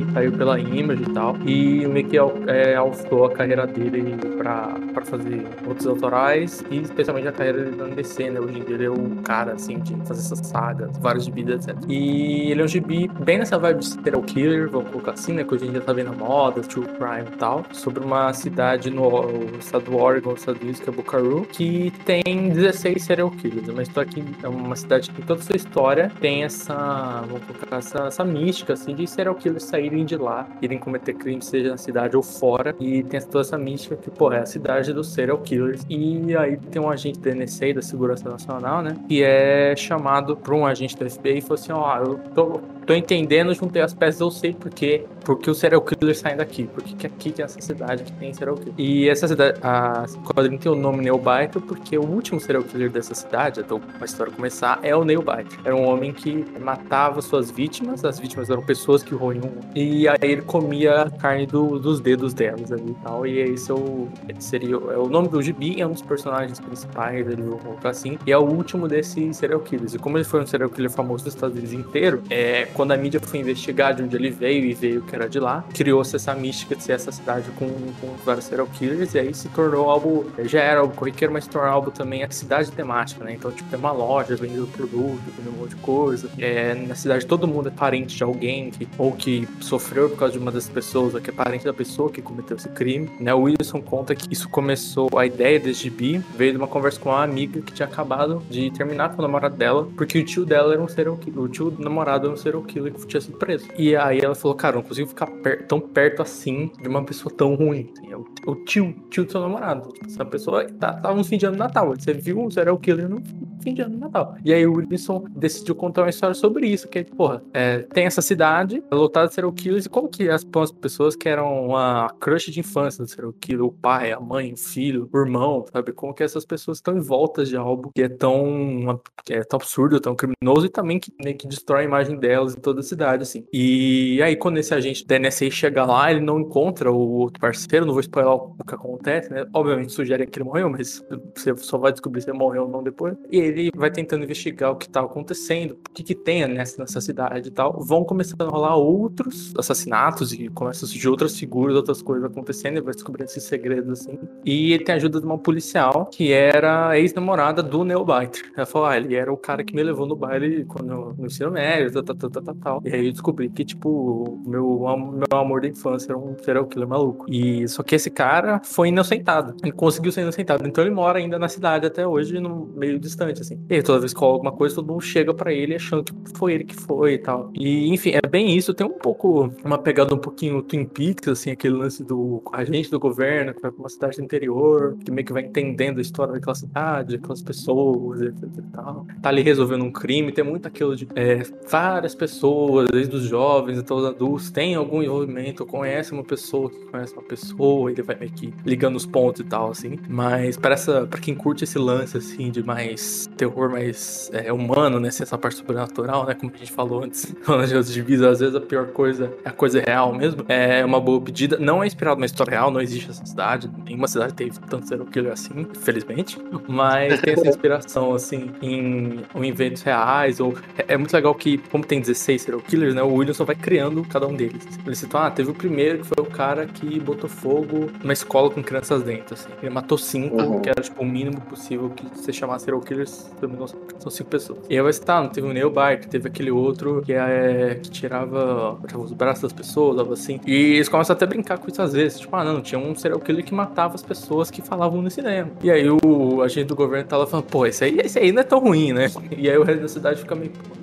saiu pela Image e tal, e meio que é, alçou a carreira dele pra, pra fazer outros autorais, e especialmente a carreira dele na D C, né? Hoje em dia ele é o cara, assim, de fazer essas sagas, vários gibis, etcétera. E ele é um gibi bem nessa vibe de serial killer, vamos colocar assim, né? Que hoje em dia tá bem na moda, true crime e tal, sobre uma cidade no estado do Oregon, nos Estados Unidos, que é Buckaroo, que tem dezesseis serial killers. É uma história que é uma cidade que toda a sua história tem essa, vamos colocar, essa, essa mística, assim, de serial killers saírem de lá, irem cometer crimes, seja na cidade ou fora, e tem toda essa mística que, pô, é a cidade dos serial killers. E aí tem um agente da N S A, da Segurança Nacional, né, que é chamado por um agente da F B I e falou assim, ó, oh, eu tô, tô entendendo, juntei as peças, eu sei por quê, porque os serial killers saem daqui, porque que aqui que é essa cidade que tem serial killer. E essa cidade, a quadrinho tem o nome Nail Biter, porque o último serial killer dessa cidade, até a história começar, é o Nail Biter. Era um homem que matava suas vítimas, as vítimas eram pessoas que roiam, e aí ele comia a carne do, dos dedos delas ali e tal, e esse é o, seria, é o nome do gibi, é um dos personagens principais ali, vou colocar assim, e é o último desses serial killers. E como ele foi um serial killer famoso dos Estados Unidos inteiro, é, quando a mídia foi investigar de onde ele veio e veio que era de lá, criou-se essa mística de ser essa cidade com, com vários serial killers, e aí se tornou algo, já era algo corriqueiro, mas se tornou algo também a cidade temática, né? Então, tipo, tem uma loja vendendo produto, vendendo um monte de coisa. É, na cidade todo mundo é parente de alguém que, ou que sofreu por causa de uma das pessoas, ou que é parente da pessoa que cometeu esse crime, né? O Wilson conta que isso começou, a ideia desse gibi veio de uma conversa com uma amiga que tinha acabado de terminar com o namorado dela, porque o tio dela era um serial killer, o tio do namorado era um serial killer que tinha sido preso. E aí ela falou, cara, eu não consigo ficar per- tão perto assim de uma pessoa tão ruim. Assim, é o, o tio, tio do seu namorado. Tipo, essa pessoa tá, tava no fim de ano de Natal. Você viu um serial killer no fim de ano de Natal. E aí o Wilson decidiu contar uma história sobre isso, que é, porra, é, tem essa cidade lotada de serial killers, e como que as, as pessoas que eram uma crush de infância do serial killer, o pai, a mãe, o filho, o irmão, sabe? Como que essas pessoas estão em volta de algo que é tão, que é tão absurdo, tão criminoso, e também que, né, que destrói a imagem delas em toda a cidade, assim. E aí quando esse agente da N S A chega lá, ele não encontra o outro parceiro, não vou spoiler o que acontece, né? Obviamente sugere que ele morreu, mas você só vai descobrir se ele morreu ou não depois. E ele vai tentando investigar o que tá acontecendo, o que que tem nessa, nessa cidade e tal. Vão começando a rolar outros assassinatos e começam a surgir outras figuras, outras coisas acontecendo, ele vai descobrindo esses segredos, assim. E ele tem a ajuda de uma policial que era ex-namorada do Nail Biter. Ela falou, ah, ele era o cara que me levou no baile quando eu, no ensino médio, tal, tal, tal, tal, tal. E aí eu descobri que, tipo, meu, meu amor da infância era um serial killer maluco. E só que esse cara foi inocentado. Ele conseguiu ser inocentado. Então ele mora ainda na cidade até hoje, no meio distante, assim. E aí, toda vez que rola alguma coisa, todo mundo chega pra ele achando que foi ele que foi e tal. E, enfim, é bem isso. Tem um pouco, uma pegada um pouquinho Twin Peaks, assim, aquele lance do agente do governo que vai pra uma cidade do interior, que meio que vai entendendo a história daquela cidade, aquelas pessoas, etc e tal. Tá ali resolvendo um crime. Tem muito aquilo de é, várias pessoas, desde os jovens até os adultos, tem algum envolvimento, conhece uma pessoa que conhece uma pessoa, ele vai meio que ligando os pontos e tal, assim. Mas para essa, pra quem curte esse lance, assim, de mais terror mais é, humano, né, assim, essa parte sobrenatural, né, como a gente falou antes, falando de outros divisas, às vezes a pior coisa é a coisa real mesmo, é uma boa pedida. Não é inspirado numa história real, não existe essa cidade, nenhuma cidade teve tanto serial killer assim, infelizmente, mas tem essa inspiração, assim, em, em eventos reais, ou é, é muito legal que, como tem dezesseis serial killers, né, o Williamson vai criando cada um deles. Ele citou, ah, teve o primeiro que foi o cara que botou fogo numa escola com crianças dentro, assim. Ele matou cinco, uhum. que era, tipo, o mínimo possível que você chamasse serial killers, são cinco pessoas. E aí vai citar, não teve o Nail Biter, teve aquele outro que, é, que tirava, tirava os braços das pessoas, algo assim. E eles começam até a brincar com isso às vezes. Tipo, ah, não, tinha um serial killer que matava as pessoas que falavam no cinema. E aí o agente do governo tava falando, pô, esse aí, esse aí não é tão ruim, né? E aí o resto da cidade fica meio, pô,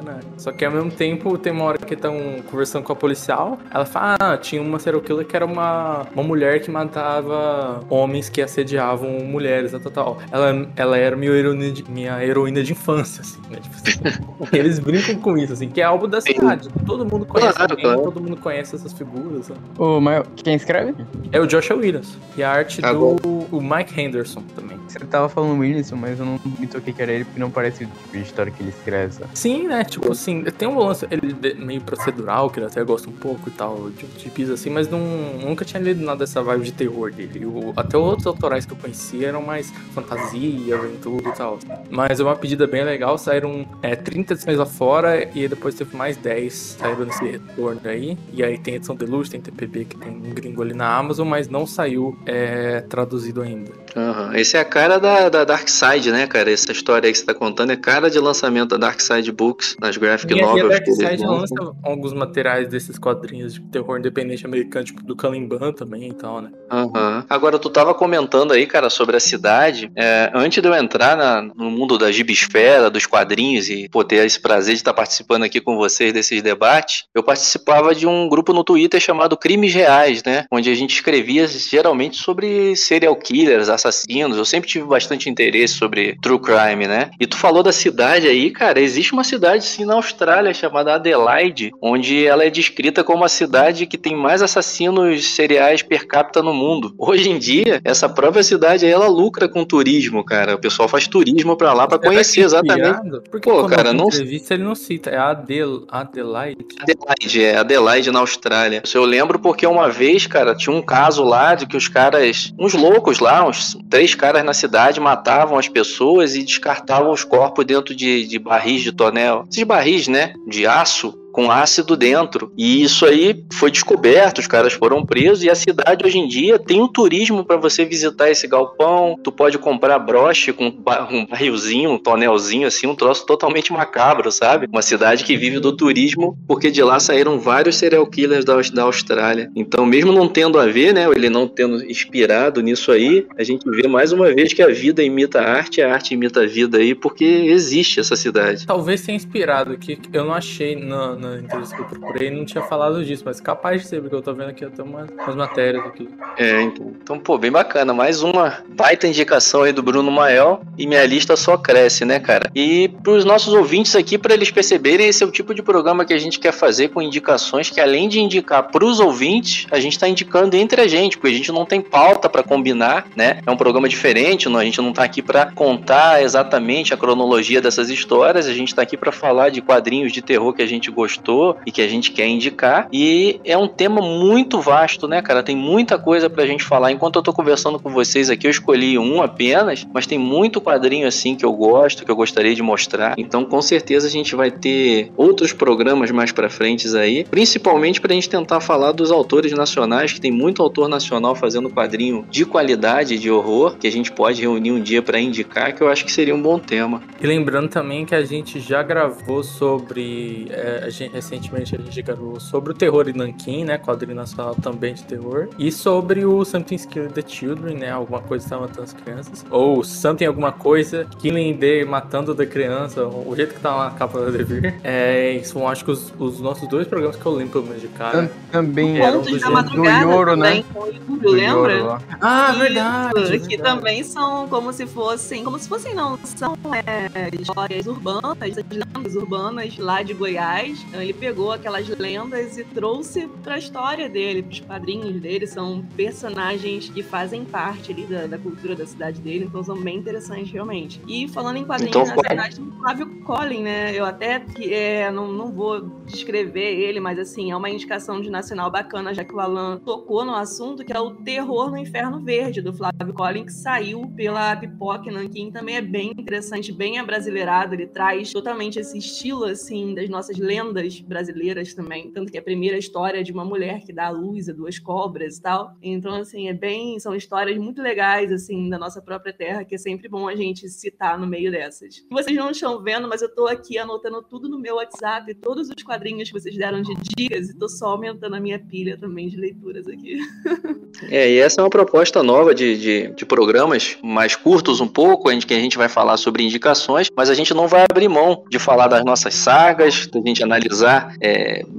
só que ao mesmo tempo tem uma hora que estão conversando com a policial, ela fala, ah, tinha uma serial killer que era uma, uma mulher que matava homens que assediavam mulheres, tal, tal, tal. Ela, ela era minha heroína de, minha heroína de infância, assim, né? Tipo assim, eles brincam com isso, assim, que é algo da cidade. Todo mundo conhece claro, alguém, claro. todo mundo conhece essas figuras. Sabe? Ô, mas quem escreve? É o Joshua Williams. E a arte tá do o Mike Henderson também. Você tava falando o Williamson, mas eu não me toquei que era ele, porque não parece o tipo de história que ele escreve. Sabe? Sim, né? Tipo assim, tem um lance ele meio procedural, que ele até gosta um pouco e tal, de, de pisa assim, mas não, nunca tinha lido nada dessa vibe de terror dele. O, até outros autorais que eu conhecia eram mais fantasia, aventura e tal. Mas é uma pedida bem legal, saíram é, trinta edições lá fora e depois teve mais dez saíram nesse retorno aí. E aí tem edição deluxe, tem T P B, que tem um gringo ali na Amazon, mas não saiu é, traduzido ainda. Uhum. Esse é a cara da, da Dark Side, né, cara? Essa história aí que você tá contando é cara de lançamento da Dark Side Books nas graphic e novels. E a Dark Side lança alguns materiais desses quadrinhos de terror independente americano, tipo do Caliban também e tal, né? Uhum. Agora, tu tava comentando aí, cara, sobre a cidade. É, antes de eu entrar na, no mundo da gibisfera, dos quadrinhos e poder esse prazer de estar participando aqui com vocês desses debates, eu participava de um grupo no Twitter chamado Crimes Reais, né? Onde a gente escrevia geralmente sobre serial killers, assassinos. Eu sempre tive bastante interesse sobre true crime, né? E tu falou da cidade aí, cara. Existe uma cidade, sim, na Austrália chamada Adelaide, onde ela é descrita como a cidade que tem mais assassinos seriais per capita no mundo. Hoje em dia, essa própria cidade aí, ela lucra com turismo, cara. O pessoal faz turismo pra lá pra conhecer exatamente. Porque Pô, quando cara, não entrevista ele não cita, é Adel... Adelaide. Adelaide, é Adelaide na Austrália. Isso eu lembro porque uma vez, cara, tinha um caso lá de que os caras, uns loucos lá, uns três caras na cidade matavam as pessoas e descartavam os corpos dentro de, de barris de tonel. Esses barris, né, de aço, com ácido dentro. E isso aí foi descoberto, os caras foram presos e a cidade hoje em dia tem um turismo para você visitar esse galpão. Tu pode comprar broche com um barrilzinho, um tonelzinho assim, um troço totalmente macabro, sabe? Uma cidade que vive do turismo, porque de lá saíram vários serial killers da, da Austrália. Então, mesmo não tendo a ver, né, ele não tendo inspirado nisso aí, a gente vê mais uma vez que a vida imita a arte, a arte imita a vida aí, porque existe essa cidade. Talvez tenha inspirado aqui, eu não achei na, na entrevista que eu procurei, não tinha falado disso, mas capaz de ser, porque eu tô vendo aqui até umas, umas matérias aqui. É, então, então, pô, bem bacana. Mais uma baita indicação aí do Bruno Mael e minha lista só cresce, né, cara? E pros nossos ouvintes aqui, para eles perceberem, esse é o tipo de programa que a gente quer fazer com indicações que, além de indicar pros ouvintes, a gente tá indicando entre a gente, porque a gente não tem pauta para combinar, né? É um programa diferente, não, a gente não tá aqui para contar exatamente a cronologia dessas histórias, a gente tá aqui para falar de quadrinhos de terror que a gente gostou e que a gente quer indicar, e é um tema muito vasto, né, cara? Tem muita coisa pra gente falar. Enquanto eu tô conversando com vocês aqui, eu escolhi um apenas, mas tem muito quadrinho assim que eu gosto, que eu gostaria de mostrar. Então, com certeza a gente vai ter outros programas mais pra frente aí, principalmente pra gente tentar falar dos autores nacionais, que tem muito autor nacional fazendo quadrinho de qualidade, de horror, que a gente pode reunir um dia pra indicar, que eu acho que seria um bom tema. E lembrando também que a gente já gravou sobre é, a gente, recentemente a gente gravou sobre o terror em Nanquim, né, quadrinho nacional também de terror, e sobre o Something's Killing the Children, né, alguma coisa está matando as crianças, ou Something alguma coisa, Killing the matando da criança, o jeito que tá na capa da Devir. É, são acho que os, os nossos dois programas que eu lembro pelo menos de cara. Também eram Contos do, da Madrugada do Yoro, também, né? com o Yuri, lembra? Ah, Isso, verdade, Que verdade. também são como se fossem, como se fossem não, são é, histórias urbanas, lendas urbanas lá de Goiás. Então, ele pegou aquelas lendas e trouxe pra história dele, pros quadrinhos dele. São personagens que fazem parte ali da, da cultura da cidade dele, então são bem interessantes realmente. E falando em quadrinhos Então, nacionais, tem o Flávio Collin, né? Eu até é, não, não vou descrever ele, mas assim, é uma indicação de nacional bacana, já que o Alan tocou no assunto, que é o Terror no Inferno Verde, do Flávio Collin, que saiu pela Pipoca Nanquim. Também é bem interessante, bem abrasileirado. Ele traz totalmente esse estilo, assim, das nossas lendas brasileiras também. Tanto que é a primeira história de uma mulher que dá à luz a duas cobras e tal. Então, assim, é bem... São histórias muito legais, assim, da nossa própria terra, que é sempre bom a gente citar no meio dessas. Vocês não estão vendo, mas eu tô aqui anotando tudo no meu WhatsApp, todos os quadrinhos que vocês deram de dicas, e tô só aumentando a minha pilha também de leituras aqui. É, e essa é uma proposta nova de, de, de programas mais curtos um pouco, em que a gente vai falar sobre indicações, mas a gente não vai abrir mão de falar das nossas sagas, da gente analisar é,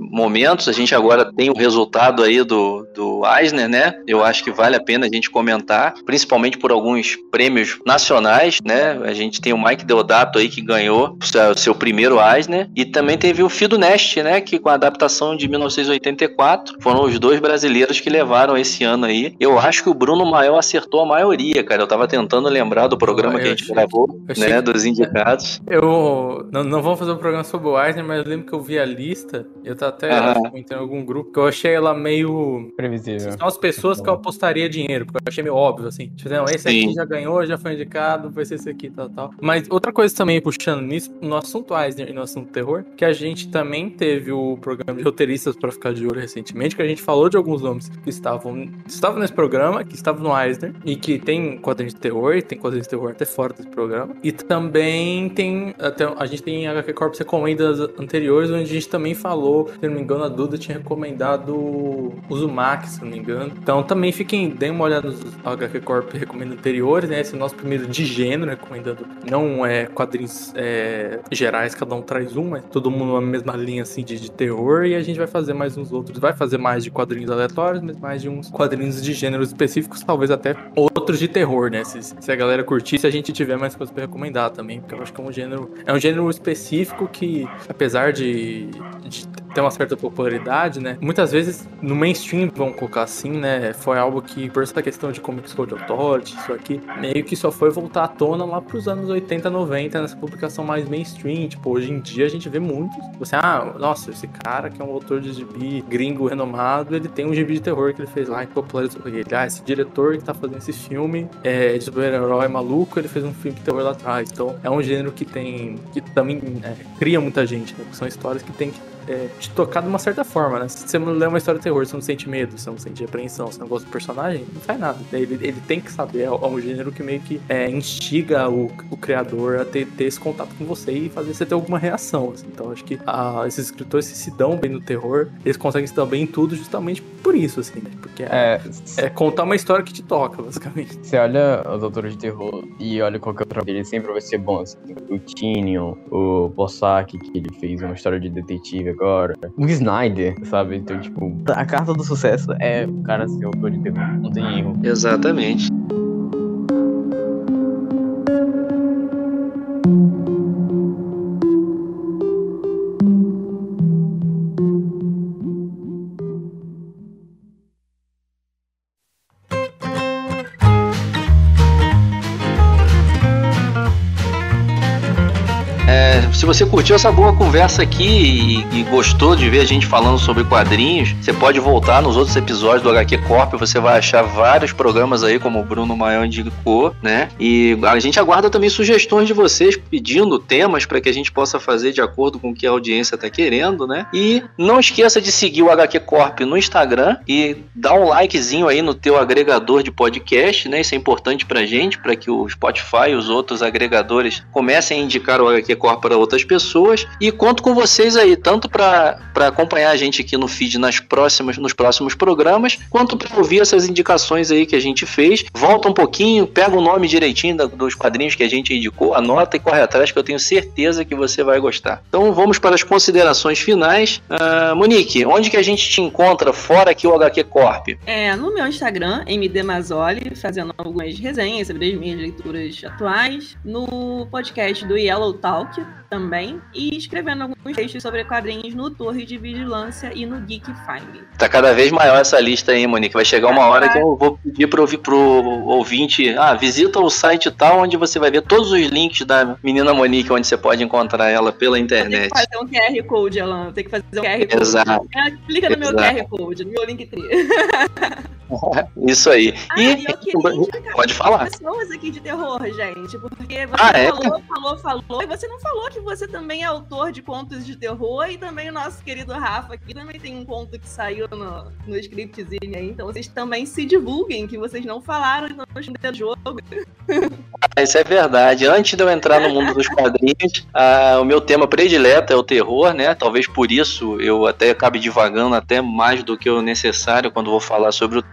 momentos. A gente agora tem o resultado aí do, do Eisner, né? Eu acho que vale a pena a gente comentar, principalmente por alguns prêmios nacionais, né? A gente tem o Mike Deodato aí que ganhou o seu primeiro Eisner, e também teve o Fido Nest, né? Que com a adaptação de mil novecentos e oitenta e quatro foram os dois brasileiros que levaram esse ano aí. Eu acho que o Bruno Mael acertou a maioria, cara. Eu tava tentando lembrar do programa oh, que a gente achei, gravou, né? Que... dos indicados. Eu não, não vou fazer um programa sobre o Eisner, mas eu lembro que eu vi a lista, eu tava até comentando em algum grupo, que eu achei ela meio previsível. São as pessoas que eu apostaria dinheiro, porque eu achei meio óbvio, assim. Tipo, não, esse Sim. aqui já ganhou, já foi indicado, vai ser esse aqui, tal, tal. Mas outra coisa também, puxando nisso, no assunto Eisner e no assunto terror, que a gente também teve o programa de roteiristas pra ficar de olho recentemente, que a gente falou de alguns nomes que estavam, estavam nesse programa, que estavam no Eisner, e que tem quadrinhos de terror, e tem quadrinhos de terror até fora desse programa. E também tem, até, a gente tem H Q Corp recomendas anteriores, onde a gente também falou, se não me engano, a Duda tinha recomendado o Uzumaki, se não me engano. Então também fiquem, deem uma olhada nos H Q Corp recomenda anteriores, né? Esse é o nosso primeiro de gênero, recomendando não é quadrinhos é, gerais, cada um traz um, mas todo mundo na mesma linha assim de, de terror, e a gente vai fazer mais uns outros, vai fazer mais de quadrinhos aleatórios, mas mais de uns quadrinhos de gêneros específicos, talvez até outros de terror, né? Se, se a galera curtir, se a gente tiver mais coisas pra recomendar também, porque eu acho que é um gênero, é um gênero específico que, apesar de, de ter uma certa popularidade, né? Muitas vezes no mainstream, vão colocar assim, né? Foi algo que, por essa questão de Comics Code Authority, isso aqui, meio que só foi voltar à tona lá pros anos oitenta, noventa, nessa publicação mais mainstream. Tipo, hoje em dia a gente vê muitos. Você, ah, nossa, esse cara que é um autor de gibi gringo renomado, ele tem um gibi de terror que ele fez lá e popularizou ele. Ah, esse diretor que tá fazendo esse filme é, de super-herói maluco, ele fez um filme de terror lá atrás. Então, é um gênero que tem, que também é, cria muita gente, né? São histórias que tem que É, te tocar de uma certa forma, né? Se você lê uma história de terror, você não sente medo, você não sente repreensão, você não gosta do personagem, não faz nada. Ele, ele tem que saber, é um gênero que meio que é, instiga o, o criador a ter, ter esse contato com você e fazer você ter alguma reação, assim. Então acho que ah, esses escritores que se dão bem no terror, eles conseguem se dar bem em tudo justamente por isso, assim, né? Porque é, é, é contar uma história que te toca, basicamente. Você olha os autores de terror e olha qualquer outro dele, sempre vai ser bom, assim. O Tynion, o Bossaki, que ele fez uma história de detetive agora, o Snyder, sabe? Então, tipo, a carta do sucesso é o cara ser autor de terror, não tem erro. Exatamente. Se você curtiu essa boa conversa aqui e, e gostou de ver a gente falando sobre quadrinhos, você pode voltar nos outros episódios do H Q Corp, você vai achar vários programas aí, como o Bruno Mael indicou, né? E a gente aguarda também sugestões de vocês, pedindo temas para que a gente possa fazer de acordo com o que a audiência está querendo, né? E não esqueça de seguir o H Q Corp no Instagram e dar um likezinho aí no teu agregador de podcast, né? Isso é importante pra gente, para que o Spotify e os outros agregadores comecem a indicar o H Q Corp para outras pessoas, e conto com vocês aí, tanto para acompanhar a gente aqui no feed nas próximas, nos próximos programas, quanto para ouvir essas indicações aí que a gente fez. Volta um pouquinho, pega o nome direitinho da, dos quadrinhos que a gente indicou, anota e corre atrás, que eu tenho certeza que você vai gostar. Então vamos para as considerações finais. uh, Monique, onde que a gente te encontra fora aqui o H Q Corp? É, no meu Instagram, M D Mazzoli, fazendo algumas resenhas sobre as minhas leituras atuais, no podcast do Yellow Talk também, e escrevendo alguns textos sobre quadrinhos no Torre de Vigilância e no Geek Find. Tá cada vez maior essa lista aí, Monique. Vai chegar uma hora que eu vou pedir pro, pro ouvinte, ah, visita o site tal, onde você vai ver todos os links da menina Monique, onde você pode encontrar ela pela internet. Tem que fazer um Q R Code, Alan. Tem que fazer um Q R Code. Exato. É, clica no meu Exato. Q R Code, no meu Linktree. Isso aí. Ah, e eu queria indicar pode falar. pessoas aqui de terror, gente, porque você ah, é? falou, falou, falou, e você não falou que você também é autor de contos de terror, e também o nosso querido Rafa aqui também tem um conto que saiu no, no Scriptzinho aí, então vocês também se divulguem, que vocês não falaram, então não estão no jogo. Ah, isso é verdade. Antes de eu entrar no mundo dos quadrinhos, ah, o meu tema predileto é o terror, né? Talvez por isso eu até acabe divagando até mais do que o necessário quando vou falar sobre o tema.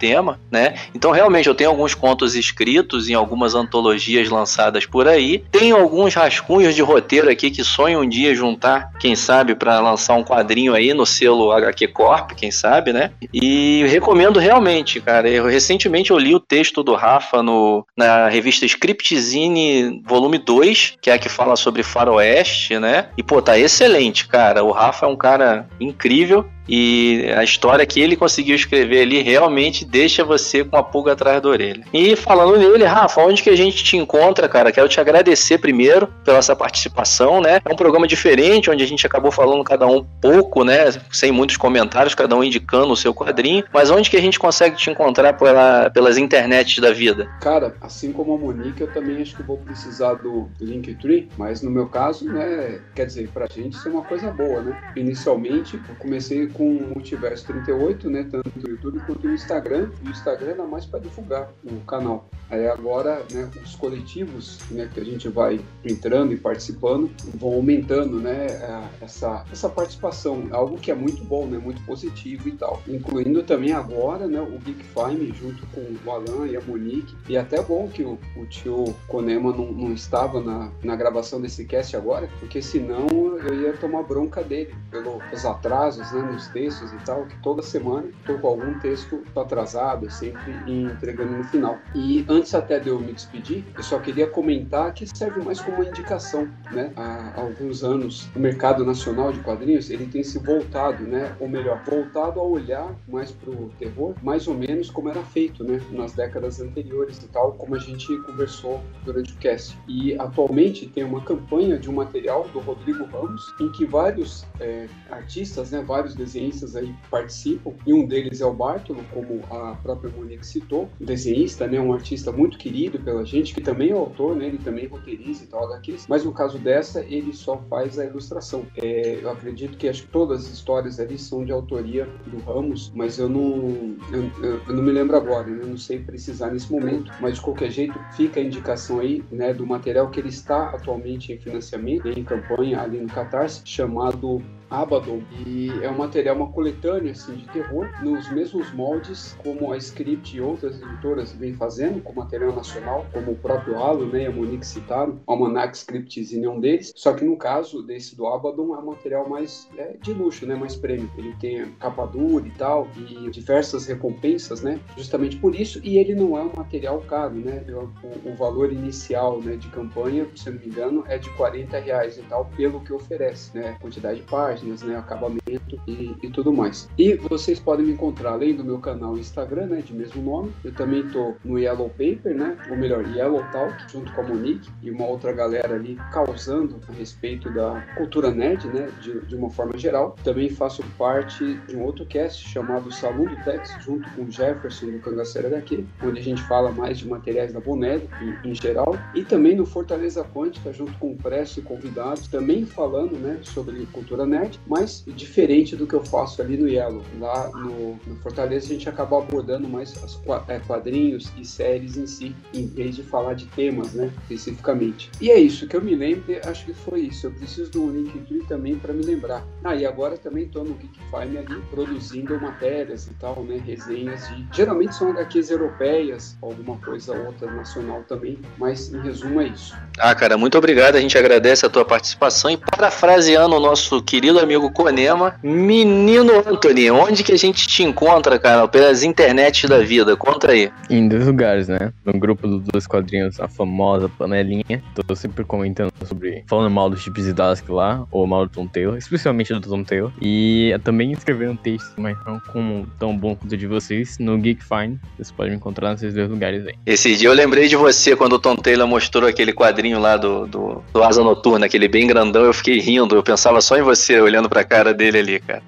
tema, né? Então, realmente, eu tenho alguns contos escritos em algumas antologias lançadas por aí. Tenho alguns rascunhos de roteiro aqui que sonho um dia juntar, quem sabe, para lançar um quadrinho aí no selo H Q Corp, quem sabe, né? E recomendo realmente, cara. Eu, recentemente eu li o texto do Rafa no, na revista Scriptzine volume dois, que é a que fala sobre faroeste, né? E, pô, tá excelente, cara. O Rafa é um cara incrível. E a história que ele conseguiu escrever ali realmente deixa você com a pulga atrás da orelha. E falando nele, Rafa, onde que a gente te encontra, cara? Quero te agradecer primeiro pela essa participação, né? É um programa diferente, onde a gente acabou falando cada um pouco, né? Sem muitos comentários, cada um indicando o seu quadrinho. Mas onde que a gente consegue te encontrar pela, pelas internets da vida? Cara, assim como a Monique, eu também acho que vou precisar do Linktree, mas no meu caso, né? Quer dizer, pra gente isso é uma coisa boa, né? Inicialmente, eu comecei com o Multiverso trinta e oito, né, tanto no YouTube quanto no Instagram, e o Instagram era mais para divulgar o canal. Aí agora, né, os coletivos, né, que a gente vai entrando e participando, vão aumentando, né, essa, essa participação, algo que é muito bom, né, muito positivo e tal. Incluindo também agora, né, o Geek Fime, junto com o Alan e a Monique, e até bom que o, o tio Konema não, não estava na, na gravação desse cast agora, porque senão eu ia tomar bronca dele, pelos atrasos, né, nos textos e tal, que toda semana estou com algum texto atrasado, sempre entregando no final. E antes até de eu me despedir, eu só queria comentar que serve mais como uma indicação, né? Há alguns anos, o mercado nacional de quadrinhos, ele tem se voltado, né? Ou melhor, voltado a olhar mais pro terror, mais ou menos como era feito, né? Nas décadas anteriores e tal, como a gente conversou durante o cast. E atualmente tem uma campanha de um material do Rodrigo Ramos, em que vários é, artistas, né? Vários desenhistas aí participam, e um deles é o Bartolo, como a própria Monique citou, um desenhista, né? Um artista muito querido pela gente, que também é autor, né? Ele também roteiriza e tal, agá quês, mas no caso dessa, ele só faz a ilustração. É, eu acredito que acho que todas as histórias ali são de autoria do Ramos, mas eu não, eu, eu não me lembro agora, né? Eu não sei precisar nesse momento, mas de qualquer jeito, fica a indicação aí, né? Do material que ele está atualmente em financiamento, em campanha ali no Catarse, chamado Abaddon, e é um material, uma coletânea assim, de terror, nos mesmos moldes como a Script e outras editoras vêm fazendo, com material nacional, como o próprio Alan, né, e a Monique citaram, o Almanac Scriptzine é um deles, só que no caso desse do Abaddon é um material mais é, de luxo, né, mais prêmio, ele tem capa dura e tal, e diversas recompensas, né, justamente por isso, e ele não é um material caro, né, o, o valor inicial, né, de campanha, se eu não me engano, é de quarenta reais e tal, pelo que oferece, né, quantidade de páginas, né, acabamento e, e tudo mais. E vocês podem me encontrar, além do meu canal Instagram, né, de mesmo nome, eu também tô no Yellow Paper, né, ou melhor, Yellow Talk, junto com a Monique e uma outra galera ali causando a respeito da cultura nerd, né, de, de uma forma geral. Também faço parte de um outro cast chamado Salão do Tex, junto com o Jefferson do Cangaceiro agá quê, onde a gente fala mais de materiais da Bonelli em, em geral, e também no Fortaleza Quântica, junto com o Presto e convidados, também falando, né, sobre cultura nerd, mas diferente do que eu faço ali no Yellow. Lá no, no Fortaleza a gente acaba abordando mais as é, quadrinhos e séries em si, em vez de falar de temas, né, especificamente. E é isso, que eu me lembro, acho que foi isso. Eu preciso do Linktree também para me lembrar. Ah, e agora também estou no Geek Fime ali, produzindo matérias e tal, né, resenhas de... Geralmente são agá quês europeias, alguma coisa outra nacional também, mas em resumo é isso. Ah, cara, muito obrigado, a gente agradece a tua participação e parafraseando o nosso querido amigo Konema, menino Anthony, onde que a gente te encontra, cara, pelas internets da vida? Conta aí. Em dois lugares, né? No grupo dos dois quadrinhos, a famosa panelinha. Tô sempre comentando sobre, falando mal dos Chips e Dask lá, ou mal do Tom Taylor, especialmente do Tom Taylor. E também escrevendo textos, mas não como tão bom quanto o de vocês, no Geek Fine. Vocês podem me encontrar nesses dois lugares aí. Esse dia eu lembrei de você quando o Tom Taylor mostrou aquele quadrinho lá do, do, do Asa Noturna, aquele bem grandão, eu fiquei rindo, eu pensava só em você, olhando pra cara dele ali, cara.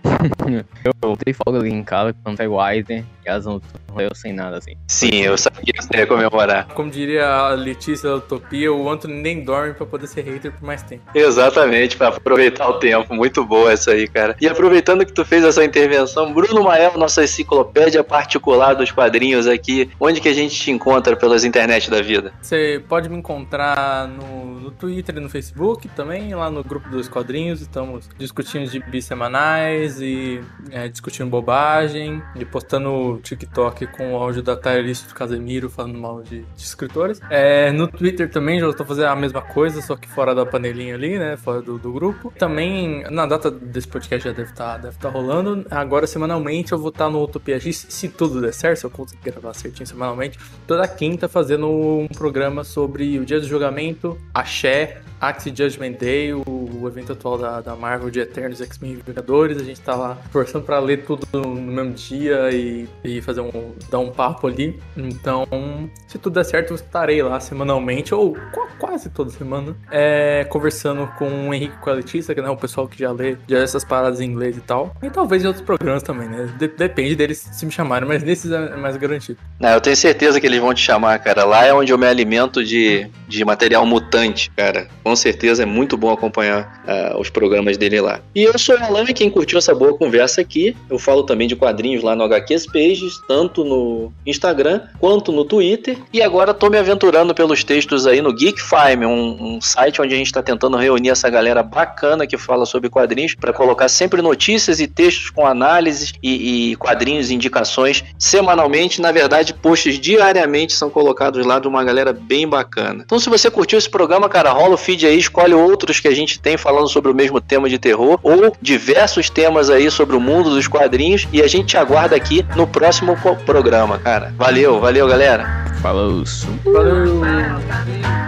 Eu dei folga ali em casa quando saiu o Eisner e Asa Noturna, eu sem nada assim. Sim, eu sabia que você ia comemorar. Como diria a Letícia da Utopia, o Anthony nem dorme pra poder ser hater por mais tempo. Exatamente, pra aproveitar o tempo. Muito boa essa aí, cara. E aproveitando que tu fez essa intervenção, Bruno Mael, nossa enciclopédia particular dos quadrinhos aqui, onde que a gente te encontra pelas internet da vida? Você pode me encontrar no, no Twitter e no Facebook também, lá no grupo dos quadrinhos, estamos discutindo assistindo de bis semanais e é, discutindo bobagem, e postando no TikTok com o áudio da Thaís do Casemiro falando mal de, de escritores. É, no Twitter também já estou fazendo a mesma coisa, só que fora da panelinha ali, né? Fora do, do grupo. Também, na data desse podcast já deve estar deve tá rolando. Agora, semanalmente, eu vou estar no Utopia X, se tudo der certo, se eu conseguir gravar certinho semanalmente, toda quinta fazendo um programa sobre o Dia do Julgamento, Axé, Axe Judgment Day, o, o evento atual da, da Marvel de Eternos, X-Men e Vingadores. A gente tá lá forçando pra ler tudo no mesmo dia e, e fazer um, dar um papo ali. Então, se tudo der certo, eu estarei lá semanalmente, ou quase toda semana, é, conversando com o Henrique e com a Letícia, que é, né, o pessoal que já lê já essas paradas em inglês e tal. E talvez em outros programas também, né? De- depende deles se me chamarem, mas nesses é mais garantido. Não, eu tenho certeza que eles vão te chamar, cara. Lá é onde eu me alimento de, de material mutante, cara. Com certeza é muito bom acompanhar uh, os programas dele lá. E eu sou o Alan, e quem curtiu essa boa conversa aqui, eu falo também de quadrinhos lá no H Qs Pages, tanto no Instagram quanto no Twitter. E agora tô me aventurando pelos textos aí no GeekFime, um, um site onde a gente tá tentando reunir essa galera bacana que fala sobre quadrinhos para colocar sempre notícias e textos com análises e, e quadrinhos e indicações semanalmente. Na verdade, posts diariamente são colocados lá de uma galera bem bacana. Então, se você curtiu esse programa, cara, rola o feed aí, escolhe outros que a gente tem falando sobre o mesmo tema de terror ou diversos temas aí sobre o mundo dos quadrinhos, e a gente te aguarda aqui no próximo programa, cara. Valeu, valeu, galera. Falou. Valeu! Valeu.